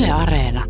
Yle Areena.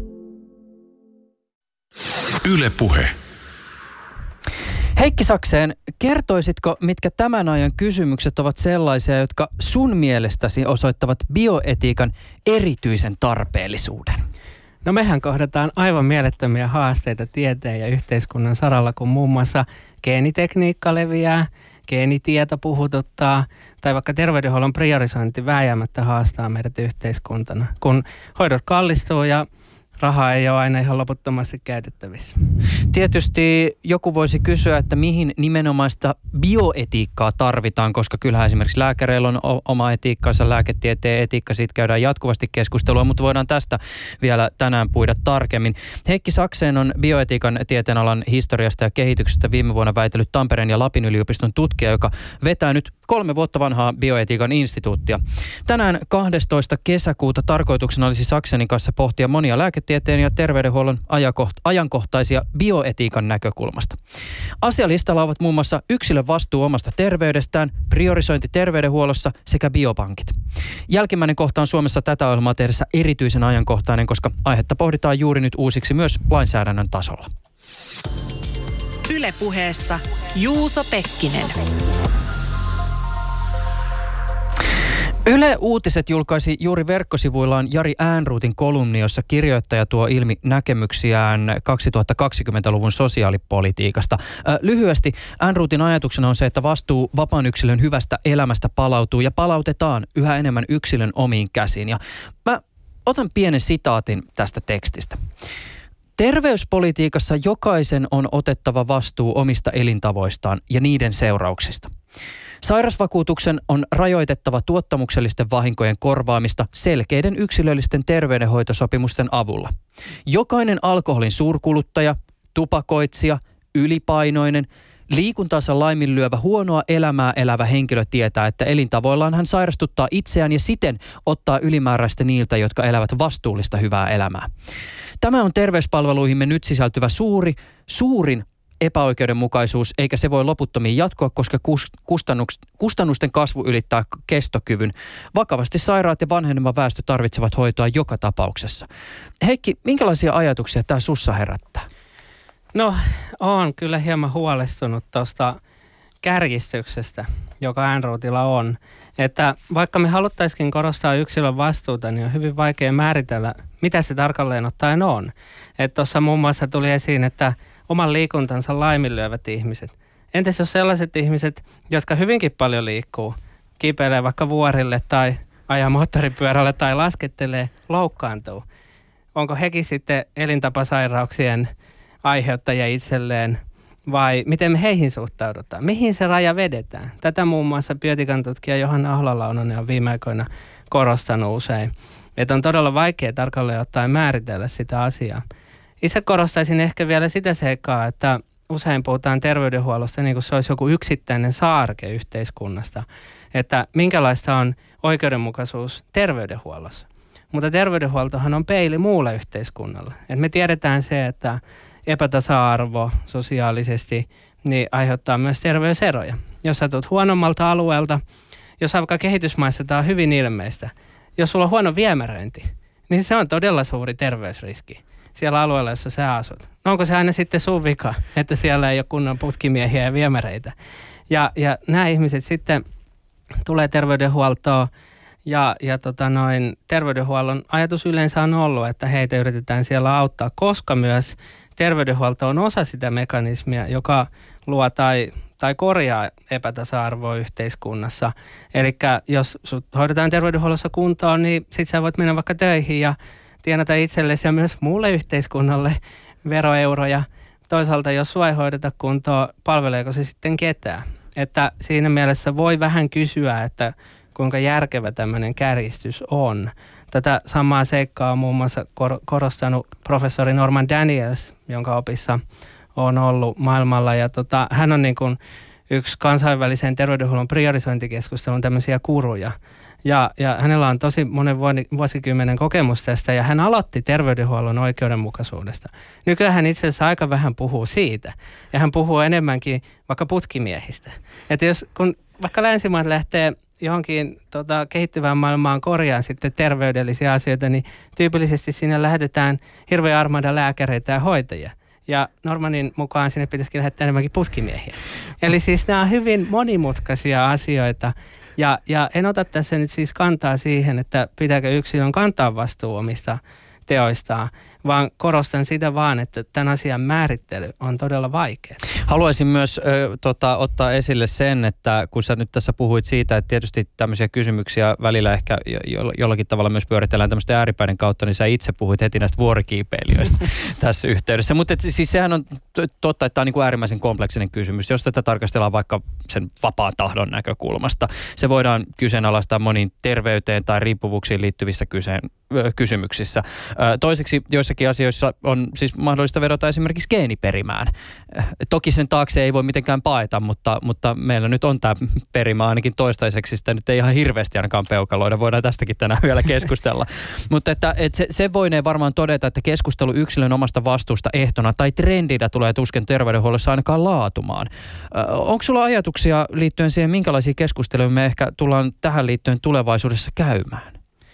Yle Puhe. Heikki Sakseen, kertoisitko, mitkä tämän ajan kysymykset ovat sellaisia, jotka sun mielestäsi osoittavat bioetiikan erityisen tarpeellisuuden? No mehän kohdataan aivan mielettömiä haasteita tieteen ja yhteiskunnan saralla, kun muun muassa geenitekniikka leviää, geenitieto puhututtaa tai vaikka terveydenhuollon priorisointi vääjäämättä haastaa meidät yhteiskuntana, kun hoidot kallistuu ja rahaa ei ole aina ihan loputtomasti käytettävissä. Tietysti joku voisi kysyä, että mihin nimenomaista bioetiikkaa tarvitaan, koska kyllähän esimerkiksi lääkäreillä on oma etiikkansa, lääketieteen etiikka, siitä käydään jatkuvasti keskustelua, mutta voidaan tästä vielä tänään puida tarkemmin. Heikki Sakseen on bioetiikan tieteenalan historiasta ja kehityksestä viime vuonna väitellyt Tampereen ja Lapin yliopiston tutkija, joka vetää nyt 3 vuotta vanhaa bioetiikan instituuttia. Tänään 12. kesäkuuta tarkoituksena olisi Saksenin kanssa pohtia monia lääketieteen ja terveydenhuollon ajankohtaisia bioetiikan näkökulmasta. Asialistalla ovat muun muassa yksilön vastuu omasta terveydestään, priorisointi terveydenhuollossa sekä biopankit. Jälkimmäinen kohta on Suomessa tätä ohjelmaa tehdessä erityisen ajankohtainen, koska aihetta pohditaan juuri nyt uusiksi myös lainsäädännön tasolla. Yle Puheessa Juuso Pekkinen. Yle Uutiset julkaisi juuri verkkosivuillaan Jari Ehrnroothin kolumni, jossa kirjoittaja tuo ilmi näkemyksiään 2020-luvun sosiaalipolitiikasta. Lyhyesti Ehrnroothin ajatuksena on se, että vastuu vapaan yksilön hyvästä elämästä palautuu ja palautetaan yhä enemmän yksilön omiin käsiin. Ja mä otan pienen sitaatin tästä tekstistä. Terveyspolitiikassa jokaisen on otettava vastuu omista elintavoistaan ja niiden seurauksista. Sairasvakuutuksen on rajoitettava tuottamuksellisten vahinkojen korvaamista selkeiden yksilöllisten terveydenhoitosopimusten avulla. Jokainen alkoholin suurkuluttaja, tupakoitsija, ylipainoinen, liikuntaansa laiminlyövä, huonoa elämää elävä henkilö tietää, että elintavoillaan hän sairastuttaa itseään ja siten ottaa ylimääräistä niiltä, jotka elävät vastuullista hyvää elämää. Tämä on terveyspalveluihimme nyt sisältyvä suurin epäoikeudenmukaisuus, eikä se voi loputtomiin jatkoa, koska kustannusten kasvu ylittää kestokyvyn. Vakavasti sairaat ja vanheneva väestö tarvitsevat hoitoa joka tapauksessa. Heikki, minkälaisia ajatuksia tämä sussa herättää? No, olen kyllä hieman huolestunut tuosta kärjistyksestä, joka Ehrnroothilla on. Että vaikka me haluttaisikin korostaa yksilön vastuuta, niin on hyvin vaikea määritellä, mitä se tarkalleen ottaen on. Että tuossa muun muassa tuli esiin, että oman liikuntansa laiminlyövät ihmiset. Entäs jos sellaiset ihmiset, jotka hyvinkin paljon liikkuu, kipeilee vaikka vuorille tai ajaa moottoripyörällä tai laskettelee, loukkaantuu? Onko hekin sitten elintapasairauksien aiheuttajia itselleen vai miten me heihin suhtaudutaan? Mihin se raja vedetään? Tätä muun muassa bioetiikan tutkija Johanna Ahola-Launonen on viime aikoina korostanut usein. Että on todella vaikea tarkalleen ottaen määritellä sitä asiaa. Itse korostaisin ehkä vielä sitä seikkaa, että usein puhutaan terveydenhuollosta niin kuin se olisi joku yksittäinen saarke yhteiskunnasta. Että minkälaista on oikeudenmukaisuus terveydenhuollossa. Mutta terveydenhuoltohan on peili muulle yhteiskunnalle. Et me tiedetään se, että epätasa-arvo sosiaalisesti niin aiheuttaa myös terveyseroja. Jos sä tulet huonommalta alueelta, jos vaikka kehitysmaissa tämä on hyvin ilmeistä. Jos sulla on huono viemäröinti, niin se on todella suuri terveysriski siellä alueella, jossa sä asut. No onko se aina sitten sun vika, että siellä ei ole kunnon putkimiehiä ja viemäreitä? Ja nämä ihmiset sitten tulee terveydenhuoltoon ja terveydenhuollon ajatus yleensä on ollut, että heitä yritetään siellä auttaa, koska myös terveydenhuolto on osa sitä mekanismia, joka luo tai korjaa epätasa-arvoa yhteiskunnassa. Eli jos sut hoidetaan terveydenhuollossa kuntoon, niin sit sä voit mennä vaikka töihin ja tienata itsellesi ja myös muulle yhteiskunnalle veroeuroja. Toisaalta jos sua ei hoideta kuntoon, palveleeko se sitten ketään? Että siinä mielessä voi vähän kysyä, että kuinka järkevä tämmöinen kärjistys on. Tätä samaa seikkaa on muun muassa korostanut professori Norman Daniels, jonka opissa on ollut maailmalla. Ja hän on niin kuin yksi kansainvälisen terveydenhuollon priorisointikeskustelun tämmöisiä kuruja. Ja hänellä on tosi monen vuosikymmenen kokemus tästä ja hän aloitti terveydenhuollon oikeudenmukaisuudesta. Nykyään hän itse asiassa aika vähän puhuu siitä ja hän puhuu enemmänkin vaikka putkimiehistä. Että kun vaikka länsimaat lähtee johonkin kehittyvään maailmaan korjaan sitten terveydellisiä asioita, niin tyypillisesti sinne lähetetään hirveän armada lääkäreitä ja hoitajia. Ja Normanin mukaan sinne pitäisikin lähettää enemmänkin puskimiehiä. Eli siis nämä on hyvin monimutkaisia asioita. Ja en ota tässä nyt siis kantaa siihen, että pitääkö yksilön kantaa vastuu omista teoistaan, vaan korostan sitä vaan, että tämän asian määrittely on todella vaikeaa. Haluaisin myös ottaa esille sen, että kun sä nyt tässä puhuit siitä, että tietysti tämmöisiä kysymyksiä välillä ehkä jollakin tavalla myös pyöritellään tämmöisten ääripäiden kautta, niin sä itse puhuit heti näistä vuorikiipeilijöistä tässä yhteydessä. Mutta siis sehän on totta, että tämä on niin kuin äärimmäisen kompleksinen kysymys. Jos tätä tarkastellaan vaikka sen vapaan tahdon näkökulmasta, se voidaan kyseenalaistaa moniin terveyteen tai riippuvuuksiin liittyvissä kysymyksissä. Toiseksi joissakin asioissa on siis mahdollista vedota esimerkiksi geeniperimään. Toki sen taakse ei voi mitenkään paeta, mutta meillä nyt on tämä perimä ainakin toistaiseksi. Sitä nyt ei ihan hirveästi ainakaan peukaloida. Voidaan tästäkin tänään vielä keskustella. Mutta että se voinee varmaan todeta, että keskustelu yksilön omasta vastuusta ehtona tai trendinä tulee tuskin terveydenhuollossa ainakaan laatumaan. Onko sulla ajatuksia liittyen siihen, minkälaisia keskusteluja me ehkä tullaan tähän liittyen tulevaisuudessa käymään?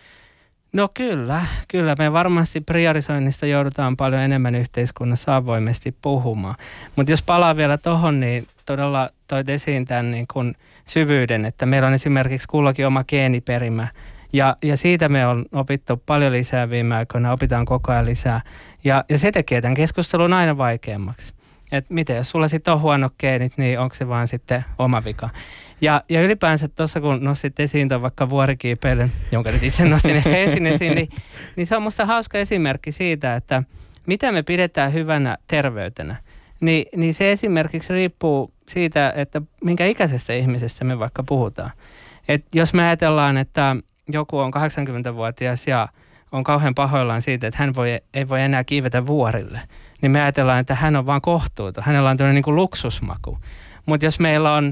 No kyllä. Me varmasti priorisoinnista joudutaan paljon enemmän yhteiskunnassa avoimesti puhumaan. Mutta jos palaa vielä tuohon, niin todella toit esiin tämän niin kun syvyyden, että meillä on esimerkiksi kullakin oma geeniperimä. Ja siitä me on opittu paljon lisää viime aikoina, opitaan koko ajan lisää. Ja se tekee tämän keskustelun aina vaikeammaksi. Että miten, jos sulla sitten on huonot geenit, niin onko se vaan sitten oma vika? Ja ylipäänsä tuossa, kun nostit esiin ton vaikka vuorikiipeilyn, jonka nyt itse nostin ehkä esiin, niin se on musta hauska esimerkki siitä, että mitä me pidetään hyvänä terveytenä. Niin se esimerkiksi riippuu siitä, että minkä ikäisestä ihmisestä me vaikka puhutaan. Et jos me ajatellaan, että joku on 80-vuotias ja on kauhean pahoillaan siitä, että hän ei voi enää kiivetä vuorille, niin me ajatellaan, että hän on vaan kohtuuton. Hänellä on tämmöinen niin kuin luksusmaku. Mutta jos meillä on,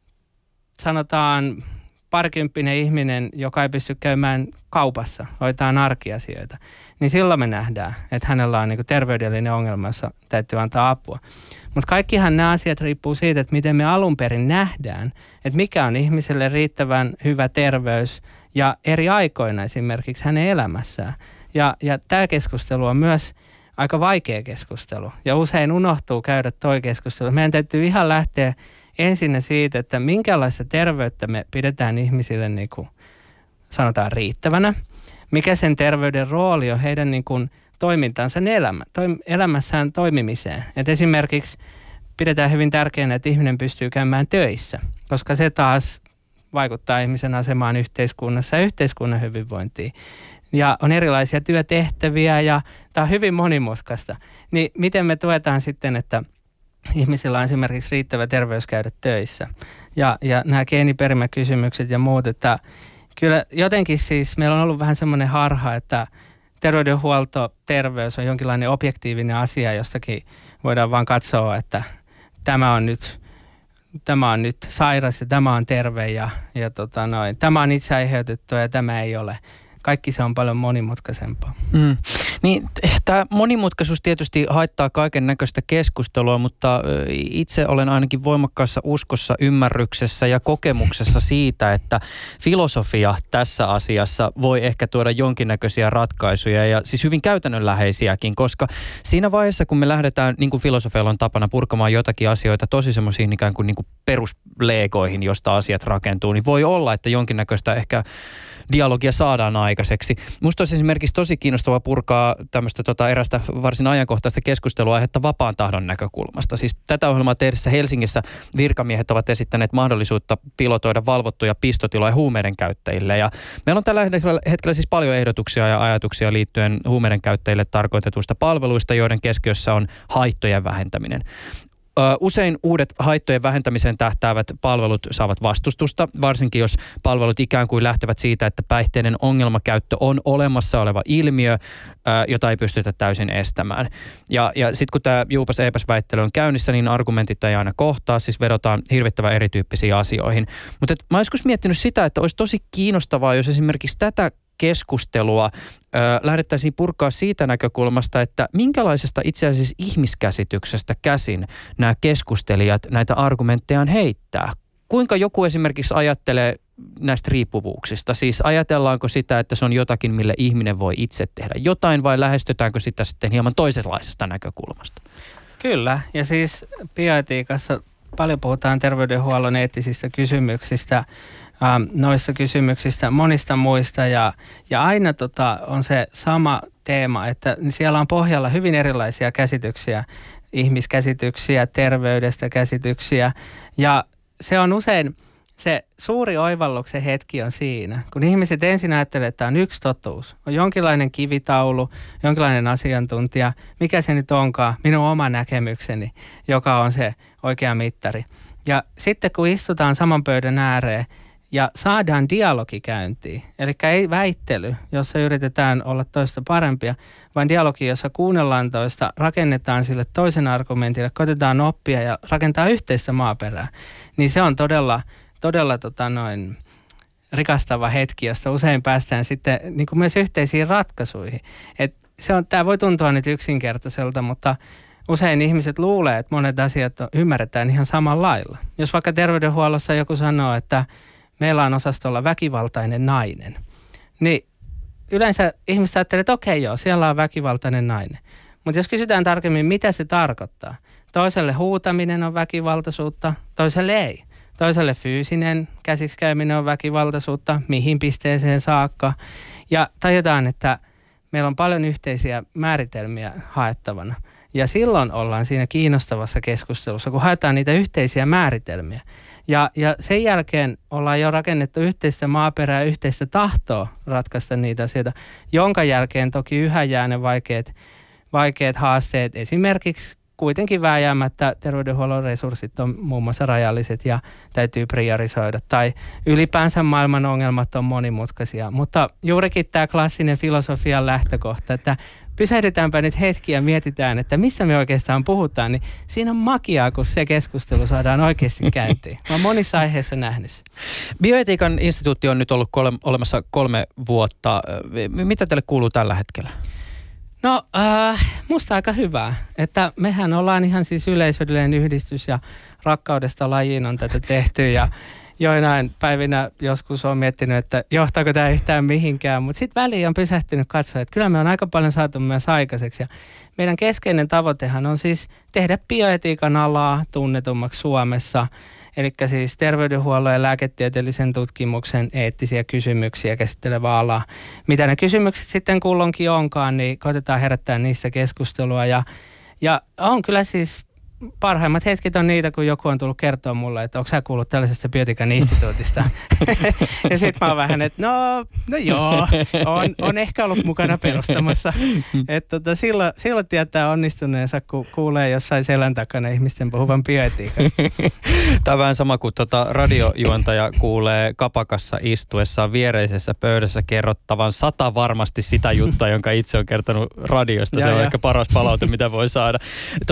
sanotaan, parikymppinen ihminen, joka ei pysty käymään kaupassa, hoitaa arkiasioita, niin silloin me nähdään, että hänellä on niin kuin terveydellinen ongelma, jossa täytyy antaa apua. Mutta kaikkihan nämä asiat riippuu siitä, että miten me alun perin nähdään, että mikä on ihmiselle riittävän hyvä terveys ja eri aikoina esimerkiksi hänen elämässään. Ja tämä keskustelu on myös aika vaikea keskustelu ja usein unohtuu käydä toi keskustelu. Meidän täytyy ihan lähteä ensin siitä, että minkälaista terveyttä me pidetään ihmisille niin kuin sanotaan riittävänä. Mikä sen terveyden rooli on heidän niin kuin toimintansa elämässään toimimiseen. Et esimerkiksi pidetään hyvin tärkeänä, että ihminen pystyy käymään töissä, koska se taas vaikuttaa ihmisen asemaan yhteiskunnassa ja yhteiskunnan hyvinvointiin. Ja on erilaisia työtehtäviä ja tämä on hyvin monimutkaista. Niin miten me tuetaan sitten, että ihmisillä on esimerkiksi riittävä terveys käydä töissä. Ja nämä geeniperimäkysymykset ja muut, että kyllä jotenkin siis meillä on ollut vähän semmoinen harha, että terveydenhuolto, terveys on jonkinlainen objektiivinen asia, jostakin voidaan vaan katsoa, että tämä on nyt sairas ja tämä on terve ja tämä on itse aiheutettua ja tämä ei ole. Kaikki se on paljon monimutkaisempaa. Niin, tämä monimutkaisuus tietysti haittaa kaiken näköistä keskustelua, mutta itse olen ainakin voimakkaassa uskossa, ymmärryksessä ja kokemuksessa siitä, että filosofia tässä asiassa voi ehkä tuoda jonkinnäköisiä ratkaisuja ja siis hyvin käytännönläheisiäkin, koska siinä vaiheessa, kun me lähdetään, niin kuin filosofeilla on tapana, purkamaan jotakin asioita tosi semmoisiin ikään kuin perusleegoihin, josta asiat rakentuu, niin voi olla, että jonkinnäköistä ehkä dialogia saadaan aikaiseksi. Musta olisi esimerkiksi tosi kiinnostavaa purkaa tämmöistä erästä varsin ajankohtaista keskusteluaihetta vapaan tahdon näkökulmasta. Siis tätä ohjelmaa tehdessä Helsingissä virkamiehet ovat esittäneet mahdollisuutta pilotoida valvottuja pistotiloja huumeiden käyttäjille. Ja meillä on tällä hetkellä siis paljon ehdotuksia ja ajatuksia liittyen huumeiden käyttäjille tarkoitetuista palveluista, joiden keskiössä on haittojen vähentäminen. Usein uudet haittojen vähentämiseen tähtäävät palvelut saavat vastustusta, varsinkin jos palvelut ikään kuin lähtevät siitä, että päihteiden ongelmakäyttö on olemassa oleva ilmiö, jota ei pystytä täysin estämään. Ja sitten kun tämä juupas eipäs väittely on käynnissä, niin argumentit ei aina kohtaa, siis vedotaan hirvittävän erityyppisiin asioihin. Mutta mä oon joskus miettinyt sitä, että olisi tosi kiinnostavaa, jos esimerkiksi tätä keskustelua lähdettäisiin purkaa siitä näkökulmasta, että minkälaisesta itse asiassa ihmiskäsityksestä käsin nämä keskustelijat näitä argumenttejaan heittää. Kuinka joku esimerkiksi ajattelee näistä riippuvuuksista? Siis ajatellaanko sitä, että se on jotakin, mille ihminen voi itse tehdä jotain, vai lähestytäänkö sitä sitten hieman toisenlaisesta näkökulmasta? Kyllä, ja siis bioetiikassa paljon puhutaan terveydenhuollon eettisistä kysymyksistä, noista kysymyksistä, monista muista, ja aina on se sama teema, että siellä on pohjalla hyvin erilaisia käsityksiä, ihmiskäsityksiä, terveydestä käsityksiä, ja se on usein se suuri oivalluksen hetki on siinä, kun ihmiset ensin ajattelee, että on yksi totuus, on jonkinlainen kivitaulu, jonkinlainen asiantuntija, mikä se nyt onkaan, minun oma näkemykseni, joka on se oikea mittari. Ja sitten kun istutaan saman pöydän ääreen ja saadaan dialogi käyntiin, eli ei väittely, jossa yritetään olla toista parempia, vaan dialogi, jossa kuunnellaan toista, rakennetaan sille toisen argumentille, koitetaan oppia ja rakentaa yhteistä maaperää, niin se on todella rikastava hetki, josta usein päästään sitten niin kuin myös yhteisiin ratkaisuihin. Tämä voi tuntua nyt yksinkertaiselta, mutta usein ihmiset luulee, että monet asiat ymmärretään ihan samalla lailla. Jos vaikka terveydenhuollossa joku sanoo, että meillä on osastolla väkivaltainen nainen, niin yleensä ihmiset ajattelee, että okei, joo, siellä on väkivaltainen nainen. Mutta jos kysytään tarkemmin, mitä se tarkoittaa. Toiselle huutaminen on väkivaltaisuutta, toiselle ei. Toiselle fyysinen käsiksikäyminen on väkivaltaisuutta, mihin pisteeseen saakka. Ja tajutaan, että meillä on paljon yhteisiä määritelmiä haettavana. Ja silloin ollaan siinä kiinnostavassa keskustelussa, kun haetaan niitä yhteisiä määritelmiä. Ja sen jälkeen ollaan jo rakennettu yhteistä maaperää, yhteistä tahtoa ratkaista niitä asioita, jonka jälkeen toki yhä jää ne vaikeat haasteet. Esimerkiksi kuitenkin vääjäämättä terveydenhuollon resurssit on muun muassa rajalliset ja täytyy priorisoida. Tai ylipäänsä maailman ongelmat on monimutkaisia. Mutta juurikin tämä klassinen filosofian lähtökohta, että pysähdytäänpä nyt hetki ja mietitään, että missä me oikeastaan puhutaan, niin siinä on magiaa, kun se keskustelu saadaan oikeasti käyntiin. Mä oon monissa aiheissa nähnyt. Bioetiikan instituutti on nyt ollut olemassa 3 vuotta. Mitä teille kuuluu tällä hetkellä? No, musta aika hyvää, että mehän ollaan ihan siis yleisöllinen yhdistys ja rakkaudesta lajiin on tätä tehty ja joinain päivinä joskus on miettinyt, että johtaako tämä yhtään mihinkään, mutta sitten väliin on pysähtynyt katsoa, että kyllä me on aika paljon saatu myös aikaiseksi ja meidän keskeinen tavoitehan on siis tehdä bioetiikan alaa tunnetummaksi Suomessa, eli siis terveydenhuollon ja lääketieteellisen tutkimuksen eettisiä kysymyksiä käsittelevä ala. Mitä ne kysymykset sitten kulloinkin onkaan, niin koitetaan herättää niistä keskustelua ja on kyllä siis parhaimmat hetket on niitä, kun joku on tullut kertoa mulle, että onko sä kuullut tällaisesta bioetiikan instituutista. Ja sit mä oon vähän, että no joo, on ehkä ollut mukana perustamassa. Että silloin tietää onnistuneensa, kun kuulee jossain selän takana ihmisten puhuvan bioetiikasta. Tämä on vähän sama kuin radiojuontaja kuulee kapakassa istuessaan viereisessä pöydässä kerrottavan 100 varmasti sitä juttua, jonka itse on kertonut radiosta. Se on ehkä paras palaute, mitä voi saada.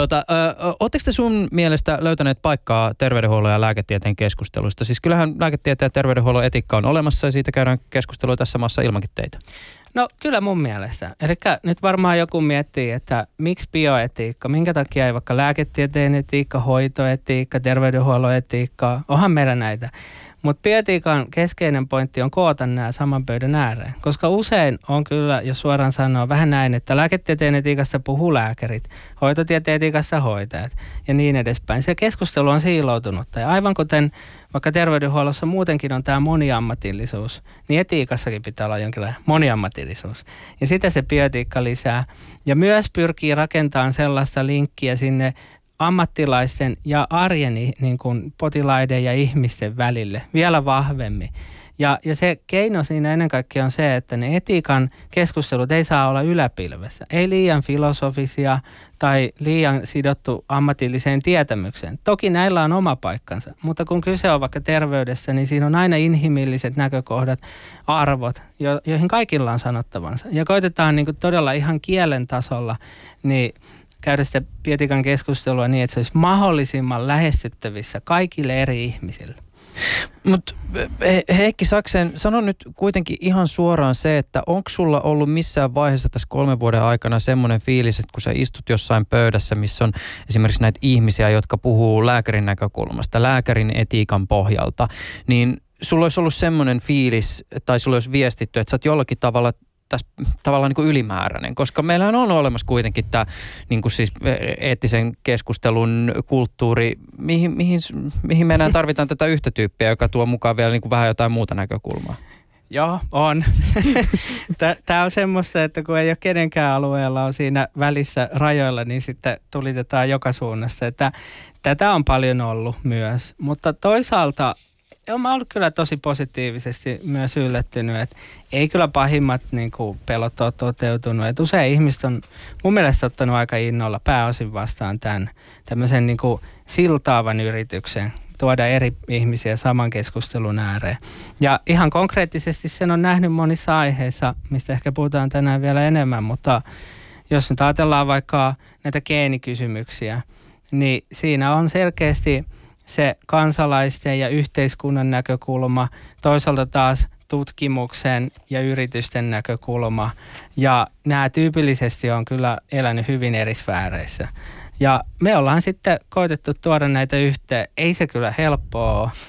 Oletteko te sun mielestä löytäneet paikkaa terveydenhuollon ja lääketieteen keskusteluista? Siis kyllähän lääketieteen ja terveydenhuollon etiikka on olemassa ja siitä käydään keskustelua tässä maassa ilmankin teitä. No kyllä mun mielestä. Eli nyt varmaan joku miettii, että miksi bioetiikka, minkä takia ei vaikka lääketieteen etiikka, hoitoetiikka, terveydenhuollon etiikka, onhan meillä näitä. Mutta bioetiikan keskeinen pointti on koota nämä saman pöydän ääreen, koska usein on kyllä, jos suoraan sanoo, vähän näin, että lääketieteen etiikassa puhuu lääkärit, hoitotieteen etiikassa hoitajat ja niin edespäin. Se keskustelu on siiloutunutta ja aivan kuten vaikka terveydenhuollossa muutenkin on tämä moniammatillisuus, niin etiikassakin pitää olla jonkinlainen moniammatillisuus. Ja sitä se bioetiikka lisää ja myös pyrkii rakentamaan sellaista linkkiä sinne ammattilaisten ja arjen niin kuin potilaiden ja ihmisten välille vielä vahvemmin. Ja se keino siinä ennen kaikkea on se, että ne etiikan keskustelut ei saa olla yläpilvessä. Ei liian filosofisia tai liian sidottu ammatilliseen tietämykseen. Toki näillä on oma paikkansa, mutta kun kyse on vaikka terveydestä, niin siinä on aina inhimilliset näkökohdat, arvot, joihin kaikilla on sanottavansa. Ja koitetaan niin kuin todella ihan kielen tasolla niin käydä sitä bioetiikan keskustelua niin, että se olisi mahdollisimman lähestyttävissä kaikille eri ihmisille. Mutta Heikki Saksen, sano nyt kuitenkin ihan suoraan se, että onko sulla ollut missään vaiheessa tässä 3 vuoden aikana semmoinen fiilis, että kun sä istut jossain pöydässä, missä on esimerkiksi näitä ihmisiä, jotka puhuu lääkärin näkökulmasta, lääkärin etiikan pohjalta, niin sulla olisi ollut semmoinen fiilis, tai sulla olisi viestitty, että sä oot jollakin tavalla tässä tavallaan niin kuin ylimääräinen, koska meillähän on olemassa kuitenkin tämä niin kuin siis eettisen keskustelun kulttuuri, mihin me enää tarvitaan tätä yhtä tyyppiä, joka tuo mukaan vielä niin kuin vähän jotain muuta näkökulmaa. Joo, on. Tämä on semmoista, että kun ei ole kenenkään alueella on siinä välissä rajoilla, niin sitten tulitetaan joka suunnasta. Että tätä on paljon ollut myös, mutta toisaalta mä ollut kyllä tosi positiivisesti myös yllättynyt, että ei kyllä pahimmat niin kuin pelot ole toteutunut. Että usein ihmiset on mun mielestä ottanut aika innolla pääosin vastaan tämmöisen niin kuin siltaavan yrityksen tuoda eri ihmisiä saman keskustelun ääreen. Ja ihan konkreettisesti sen on nähnyt monissa aiheissa, mistä ehkä puhutaan tänään vielä enemmän, mutta jos nyt ajatellaan vaikka näitä geenikysymyksiä, niin siinä on selkeästi se kansalaisten ja yhteiskunnan näkökulma, toisaalta taas tutkimuksen ja yritysten näkökulma. Ja nämä tyypillisesti on kyllä elänyt hyvin eri sfääreissä. Ja me ollaan sitten koitettu tuoda näitä yhteen. Ei se kyllä helppoa ole,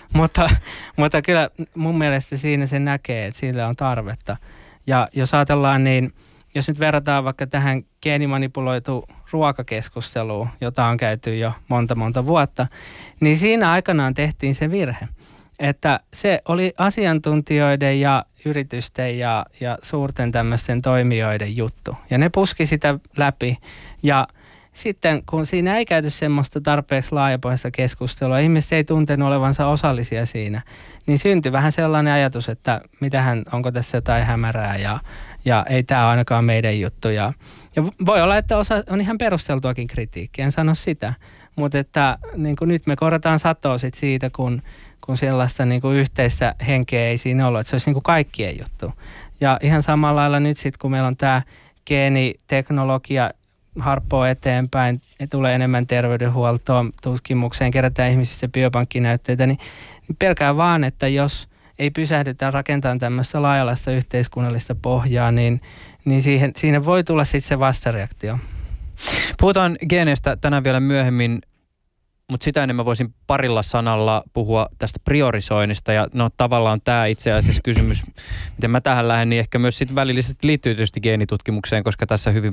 mutta kyllä mun mielestä siinä se näkee, että sille on tarvetta. Ja jos ajatellaan niin, jos nyt verrataan vaikka tähän geenimanipuloitu ruokakeskusteluun, jota on käyty jo monta vuotta, niin siinä aikanaan tehtiin se virhe, että se oli asiantuntijoiden ja yritysten ja suurten tämmöisten toimijoiden juttu. Ja ne puski sitä läpi ja sitten kun siinä ei käyty semmoista tarpeeksi laajapohjaista keskustelua, ihmiset ei tuntenut olevansa osallisia siinä, niin syntyi vähän sellainen ajatus, että onko tässä jotain hämärää ja ei tämä ole ainakaan meidän juttu. Ja voi olla, että osa on ihan perusteltuakin kritiikkiä, en sano sitä, mutta että niin kuin nyt me korjataan satoa sit siitä, kun sellaista niin kuin yhteistä henkeä ei siinä ollut, että se olisi niin kuin kaikkien juttu. Ja ihan samalla lailla nyt sitten, kun meillä on tämä geeniteknologia, harppoo eteenpäin, tulee enemmän terveydenhuoltoon, tutkimukseen, kerätään ihmisistä biopankkinäytteitä, niin pelkään vaan, että jos ei pysähdytä rakentamaan tämmöistä laajalaista yhteiskunnallista pohjaa, niin siinä voi tulla sitten se vastareaktio. Puhutaan geeneistä tänään vielä myöhemmin, mutta sitä ennen mä voisin parilla sanalla puhua tästä priorisoinnista ja no tavallaan tämä itse asiassa kysymys, miten mä tähän lähden, niin ehkä myös sitten välillisesti liittyy tietysti geenitutkimukseen, koska tässä hyvin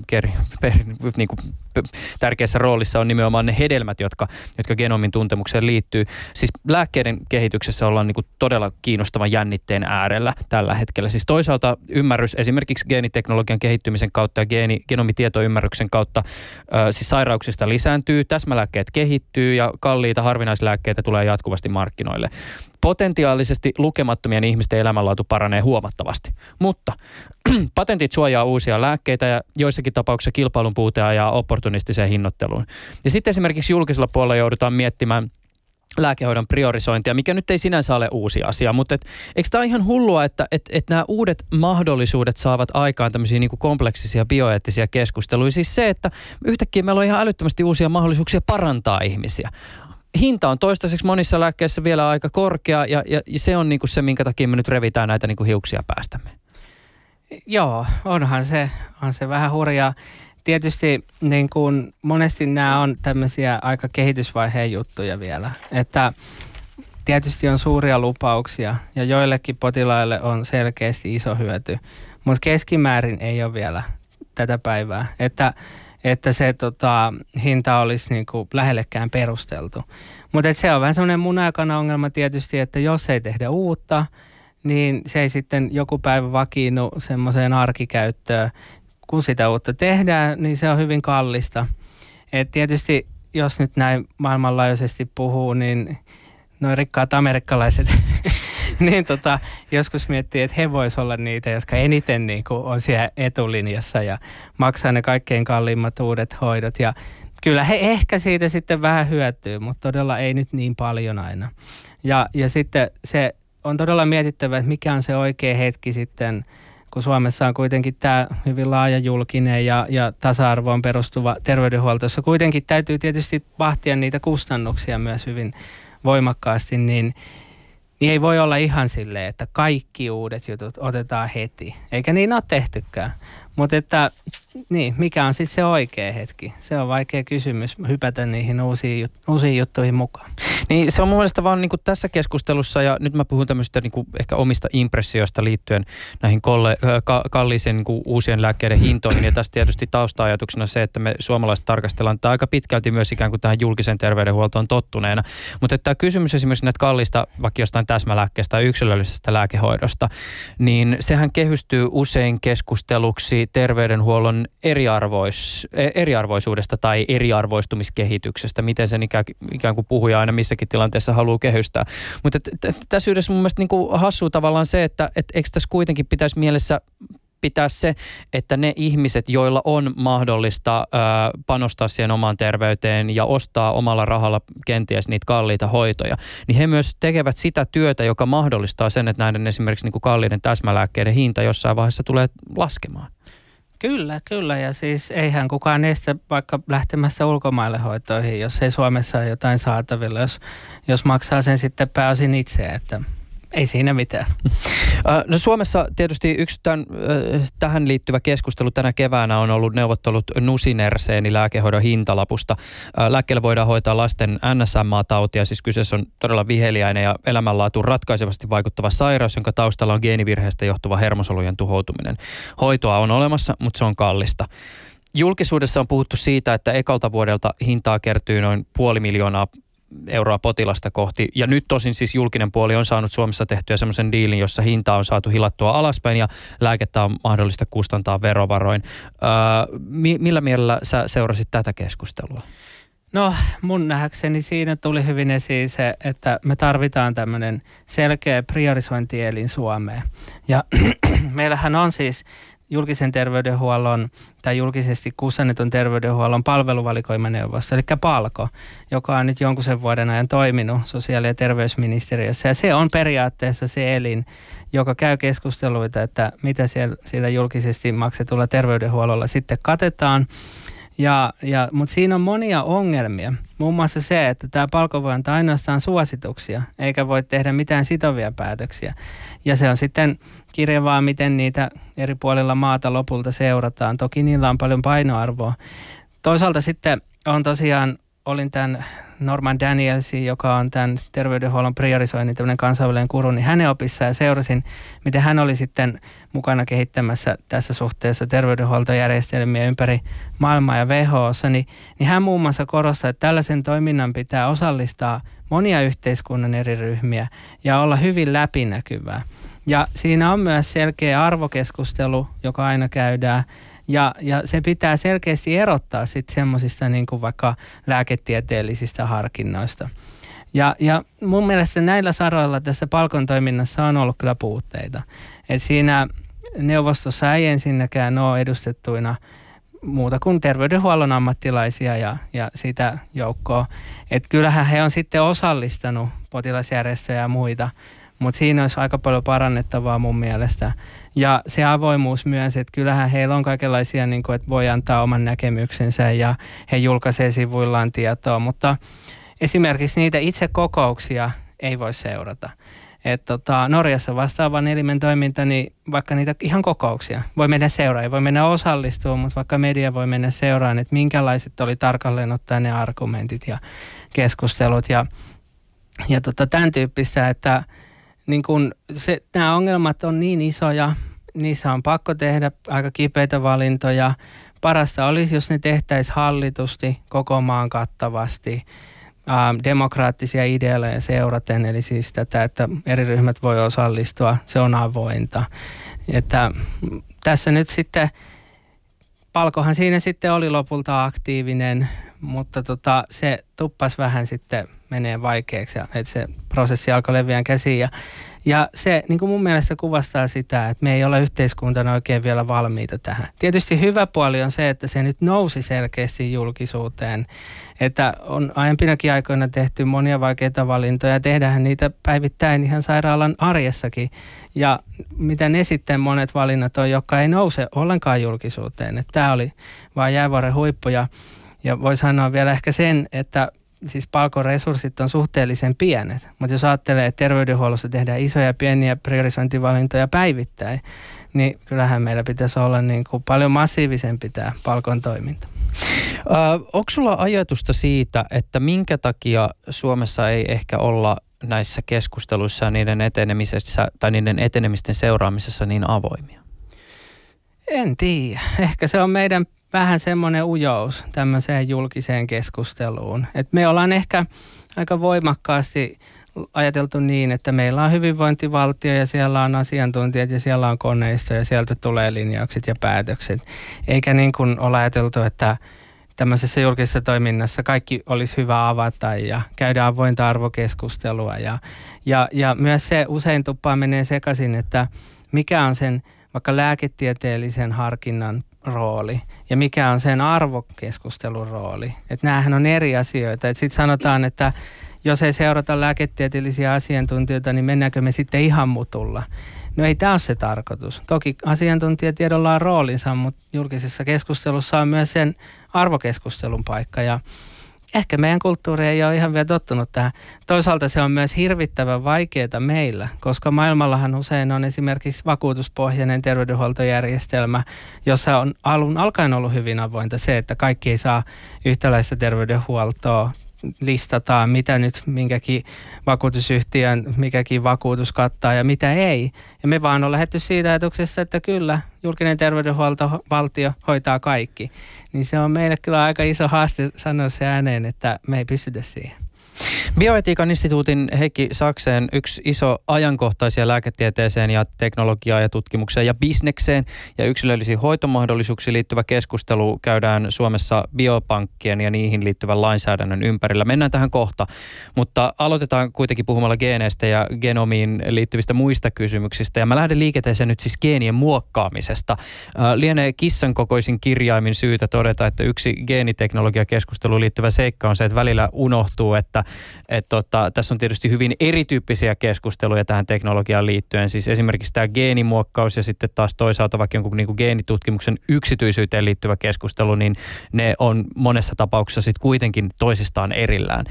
niin kuin tärkeässä roolissa on nimenomaan ne hedelmät, jotka genomin tuntemukseen liittyy. Siis lääkkeiden kehityksessä ollaan niin kuin todella kiinnostavan jännitteen äärellä tällä hetkellä. Siis toisaalta ymmärrys esimerkiksi geeniteknologian kehittymisen kautta ja genomitietoymmärryksen kautta siis sairauksista lisääntyy, täsmälääkkeet kehittyy ja kalliita harvinaislääkkeitä tulee jatkuvasti markkinoille. Potentiaalisesti lukemattomien ihmisten elämänlaatu paranee huomattavasti, mutta patentit suojaa uusia lääkkeitä ja joissakin tapauksissa kilpailun puute ajaa opportunistiseen hinnoitteluun. Ja sitten esimerkiksi julkisella puolella joudutaan miettimään lääkehoidon priorisointia, mikä nyt ei sinänsä ole uusi asia, mutta eikö tämä ole ihan hullua, että nämä uudet mahdollisuudet saavat aikaan tämmöisiä niin kuin kompleksisia bioeettisiä keskusteluja. Siis se, että yhtäkkiä meillä on ihan älyttömästi uusia mahdollisuuksia parantaa ihmisiä. Hinta on toistaiseksi monissa lääkkeissä vielä aika korkea ja se on niin kuin se, minkä takia me nyt revitään näitä niin kuin hiuksia päästämme. Joo, on se vähän hurjaa. Tietysti niin kuin monesti nämä on tämmöisiä aika kehitysvaiheen juttuja vielä, että tietysti on suuria lupauksia ja joillekin potilaille on selkeästi iso hyöty, mutta keskimäärin ei ole vielä tätä päivää, että se hinta olisi niin kuin lähellekään perusteltu. Mutta se on vähän semmoinen munakana ongelma tietysti, että jos ei tehdä uutta, niin se ei sitten joku päivä vakiinnu semmoiseen arkikäyttöön. Kun sitä uutta tehdään, niin se on hyvin kallista. Et tietysti, jos nyt näin maailmanlaajuisesti puhuu, niin noin rikkaat amerikkalaiset niin joskus miettii, että he vois olla niitä, jotka eniten niin kuin on siellä etulinjassa ja maksaa ne kaikkein kalliimmat uudet hoidot. Ja kyllä he ehkä siitä sitten vähän hyötyy, mutta todella ei nyt niin paljon aina. Ja sitten se on todella mietittävä, että mikä on se oikea hetki sitten, kun Suomessa on kuitenkin tämä hyvin laaja julkinen ja tasa-arvoon perustuva terveydenhuolto, jossa kuitenkin täytyy tietysti vahtia niitä kustannuksia myös hyvin voimakkaasti, niin ei voi olla ihan silleen, että kaikki uudet jutut otetaan heti. Eikä niin ole tehtykään. Mutta että mikä on sitten se oikea hetki? Se on vaikea kysymys, hypätä niihin uusiin juttuihin mukaan. Niin se on mun mielestä vaan niin kuin tässä keskustelussa, ja nyt mä puhun tämmöistä niin kuin ehkä omista impressioista liittyen näihin kalliisiin niin kuin uusien lääkkeiden hintoihin, ja tässä tietysti tausta-ajatuksena se, että me suomalaiset tarkastellaan tämä aika pitkälti myös ikään kuin tähän julkisen terveydenhuoltoon tottuneena. Mutta tämä kysymys esimerkiksi näitä kallista, vaikka jostain täsmälääkkeestä tai yksilöllisestä lääkehoidosta, niin sehän kehystyy usein keskusteluksi terveydenhuollon eriarvoisuudesta tai eriarvoistumiskehityksestä, miten sen ikään kuin puhuja aina missäkin tilanteessa haluaa kehystää. Mutta tässä yhdessä mun mielestä niin kuin hassua tavallaan se, että eikö tässä kuitenkin pitäisi mielessä pitää se, että ne ihmiset, joilla on mahdollista panostaa siihen omaan terveyteen ja ostaa omalla rahalla kenties niitä kalliita hoitoja, niin he myös tekevät sitä työtä, joka mahdollistaa sen, että näiden esimerkiksi niin kuin kalliiden täsmälääkkeiden hinta jossain vaiheessa tulee laskemaan. Kyllä. Ja siis eihän kukaan estä vaikka lähtemässä ulkomaille hoitoihin, jos ei Suomessa ole jotain saatavilla, jos maksaa sen sitten pääosin itse, että ei siinä mitään. No Suomessa tietysti yksi tähän liittyvä keskustelu tänä keväänä on ollut neuvottelut nusinerseeni lääkehoidon hintalapusta. Lääkkeellä voidaan hoitaa lasten NSMA-tautia, siis kyseessä on todella viheliäinen ja elämänlaatuun ratkaisevasti vaikuttava sairaus, jonka taustalla on geenivirheestä johtuva hermosolujen tuhoutuminen. Hoitoa on olemassa, mutta se on kallista. Julkisuudessa on puhuttu siitä, että ekalta vuodelta hintaa kertyy noin 500 000 euroa potilasta kohti. Ja nyt tosin siis julkinen puoli on saanut Suomessa tehtyä semmoisen diilin, jossa hinta on saatu hilattua alaspäin ja lääkettä on mahdollista kustantaa verovaroin. Millä mielellä sä seurasit tätä keskustelua? No mun nähdäkseni siinä tuli hyvin esiin se, että me tarvitaan tämmöinen selkeä priorisointielin Suomeen. Ja meillähän on siis julkisen terveydenhuollon tai julkisesti kustannetun terveydenhuollon palveluvalikoimaneuvosto, eli PALKO, joka on nyt jonkun sen vuoden ajan toiminut sosiaali- ja terveysministeriössä. Ja se on periaatteessa se elin, joka käy keskusteluita, että mitä siellä julkisesti maksetulla terveydenhuollolla sitten katetaan. Mutta siinä on monia ongelmia. Muun muassa se, että tämä PALKO voi antaa ainoastaan suosituksia, eikä voi tehdä mitään sitovia päätöksiä. Ja se on sitten kirjavaa, miten niitä eri puolilla maata lopulta seurataan. Toki niillä on paljon painoarvoa. Toisaalta sitten on tosiaan, olin tämän Norman Danielsin, joka on tämän terveydenhuollon priorisoinnin tämmöinen kansainvälinen guru, niin hänen opissa ja seurasin, miten hän oli sitten mukana kehittämässä tässä suhteessa terveydenhuoltojärjestelmiä ympäri maailmaa ja WHO:ssa, niin hän muun muassa korostaa, että tällaisen toiminnan pitää osallistaa monia yhteiskunnan eri ryhmiä ja olla hyvin läpinäkyvää. Ja siinä on myös selkeä arvokeskustelu, joka aina käydään. Ja se pitää selkeästi erottaa sitten semmoisista niin kuin vaikka lääketieteellisistä harkinnoista. Ja mun mielestä näillä saroilla tässä PALKOn toiminnassa on ollut kyllä puutteita. Et siinä neuvostossa ei ensinnäkään ole edustettuina muuta kuin terveydenhuollon ammattilaisia ja sitä joukkoa. Että kyllähän he on sitten osallistanut potilasjärjestöjä ja muita, mutta siinä olisi aika paljon parannettavaa mun mielestä. Ja se avoimuus myös, että kyllähän heillä on kaikenlaisia, niin kuin, että voi antaa oman näkemyksensä ja he julkaisee sivuillaan tietoa, mutta esimerkiksi niitä itse kokouksia ei voi seurata. Norjassa vastaavan elimen toiminta, niin vaikka niitä ihan kokouksia voi mennä seuraan, ei voi mennä osallistua, mutta vaikka media voi mennä seuraan, että minkälaiset oli tarkalleen ottaa ne argumentit ja keskustelut ja tämän tyyppistä, että niin kun nämä ongelmat on niin isoja, niissä on pakko tehdä aika kipeitä valintoja. Parasta olisi, jos ne tehtäisiin hallitusti, koko maan kattavasti, demokraattisia ideoja seuraten, eli siis tätä, että eri ryhmät voi osallistua, se on avointa. Että tässä nyt sitten, PALKOhan siinä sitten oli lopulta aktiivinen, mutta se tuppasi vähän sitten menee vaikeaksi, että se prosessi alkoi leviään käsiin. Ja se niin kuin mun mielestä kuvastaa sitä, että me ei ole yhteiskuntana oikein vielä valmiita tähän. Tietysti hyvä puoli on se, että se nyt nousi selkeästi julkisuuteen, että on aiempinakin aikoina tehty monia vaikeita valintoja ja tehdään niitä päivittäin ihan sairaalan arjessakin. Ja mitä ne sitten monet valinnat on, jotka ei nouse ollenkaan julkisuuteen. Että tämä oli vaan jäävuoren huippu ja voi sanoa vielä ehkä sen, että siis Palkon resurssit on suhteellisen pienet, mutta jos ajattelee, että terveydenhuollossa tehdään isoja pieniä priorisointivalintoja päivittäin, niin kyllähän meillä pitäisi olla niin kuin paljon massiivisempi tämä Palkon toiminta. Onko sulla ajatusta siitä, että minkä takia Suomessa ei ehkä olla näissä keskusteluissa ja niiden etenemisessä tai niiden etenemisten seuraamisessa niin avoimia? En tiedä. Ehkä se on meidän vähän semmoinen ujous tämmöiseen julkiseen keskusteluun. Et me ollaan ehkä aika voimakkaasti ajateltu niin, että meillä on hyvinvointivaltio ja siellä on asiantuntijat ja siellä on koneisto ja sieltä tulee linjaukset ja päätökset. Eikä niin kuin olla ajateltu, että tämmöisessä julkisessa toiminnassa kaikki olisi hyvä avata ja käydä avointa arvokeskustelua. Ja myös se usein tuppaa menee sekaisin, että mikä on sen vaikka lääketieteellisen harkinnan rooli ja mikä on sen arvokeskustelun rooli. Että näähän on eri asioita. Sitten sanotaan, että jos ei seurata lääketieteellisiä asiantuntijoita, niin mennäänkö me sitten ihan mutulla? No ei tämä ole se tarkoitus. Toki asiantuntijatiedolla on roolinsa, mutta julkisessa keskustelussa on myös sen arvokeskustelun paikka. Ja ehkä meidän kulttuuri ei ole ihan vielä tottunut tähän. Toisaalta se on myös hirvittävän vaikeaa meillä, koska maailmallahan usein on esimerkiksi vakuutuspohjainen terveydenhuoltojärjestelmä, jossa on alun alkaen ollut hyvin avointa se, että kaikki ei saa yhtäläistä terveydenhuoltoa. Listataan, mitä nyt minkäkin vakuutusyhtiön, mikäkin vakuutus kattaa ja mitä ei. Ja me vaan on lähdetty siitä ajatuksesta, että kyllä, julkinen terveydenhuolto, valtio hoitaa kaikki. Niin se on meille kyllä aika iso haaste sanoa se ääneen, että me ei pystytä siihen. Bioetiikan instituutin Heikki Sakseen yksi iso ajankohtaisia lääketieteeseen ja teknologiaan ja tutkimukseen ja bisnekseen ja yksilöllisiin hoitomahdollisuuksiin liittyvä keskustelu käydään Suomessa biopankkien ja niihin liittyvän lainsäädännön ympärillä. Mennään tähän kohta, mutta aloitetaan kuitenkin puhumalla geeneistä ja genomiin liittyvistä muista kysymyksistä. Ja mä lähden liikenteeseen nyt siis geenien muokkaamisesta. Lienee kissan kokoisin kirjaimin syytä todeta, että yksi geeniteknologiakeskusteluun liittyvä seikka on se, että välillä unohtuu, että tässä on tietysti hyvin erityyppisiä keskusteluja tähän teknologiaan liittyen. Siis esimerkiksi tämä geenimuokkaus ja sitten taas toisaalta vaikka jonkun niin kuin geenitutkimuksen yksityisyyteen liittyvä keskustelu, niin ne on monessa tapauksessa sitten kuitenkin toisistaan erillään.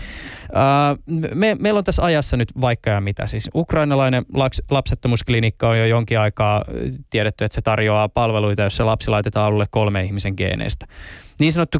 Meillä on tässä ajassa nyt vaikka ja mitä. Siis ukrainalainen lapsettomuusklinikka on jo jonkin aikaa tiedetty, että se tarjoaa palveluita, jos se lapsi laitetaan alulle 3 ihmisen geeneistä. Niin sanottu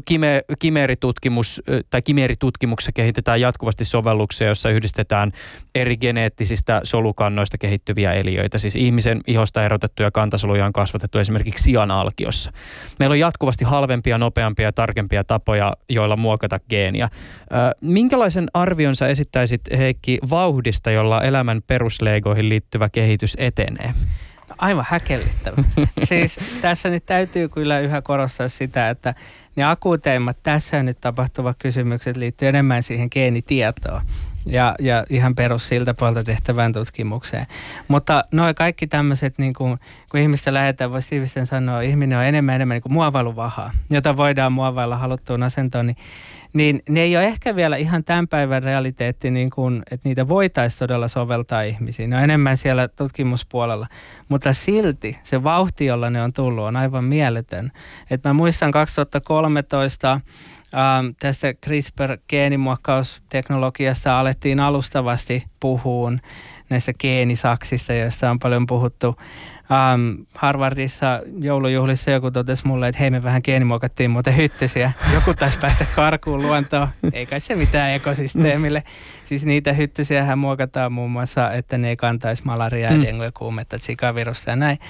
kimeeritutkimuksessa kehitetään jatkuvasti sovelluksia, joissa yhdistetään eri geneettisistä solukannoista kehittyviä eliöitä. Siis ihmisen ihosta erotettuja kantasoluja on kasvatettu esimerkiksi sianalkiossa. Meillä on jatkuvasti halvempia, nopeampia ja tarkempia tapoja, joilla muokata geeniä. Minkälaisen arvion sä esittäisit, Heikki, vauhdista, jolla elämän perusleigoihin liittyvä kehitys etenee? Aivan häkellyttävä. Siis tässä nyt täytyy kyllä yhä korostaa sitä, että ne akuuteimmat tässä nyt tapahtuvat kysymykset liittyy enemmän siihen geenitietoon ja ihan perus siltä puolta tehtävään tutkimukseen. Mutta noin kaikki tämmöiset, niin kun ihmistä lähdetään, voisi siivisten sanoa, ihminen on enemmän niin kuin muovailuvahaa, jota voidaan muovailla haluttuun asentoon, niin ne ei ole ehkä vielä ihan tämän päivän realiteetti, niin kuin, että niitä voitaisiin todella soveltaa ihmisiin. Ne on enemmän siellä tutkimuspuolella, mutta silti se vauhti, jolla ne on tullut, on aivan mieletön. Et mä muistan 2013 tästä CRISPR-geenimuokkausteknologiasta alettiin alustavasti puhuun näistä geenisaksista, joista on paljon puhuttu. Harvardissa joulujuhlissa joku totesi mulle, että hei, me vähän geenimuokattiin muuten hyttysiä. Joku taisi päästä karkuun luontoon. Ei kai se mitään ekosysteemille. Siis niitä hyttysiähän muokataan muun muassa, että ne ei kantaisi malariaa, dengue, kuumetta, zika-virusta ja näin.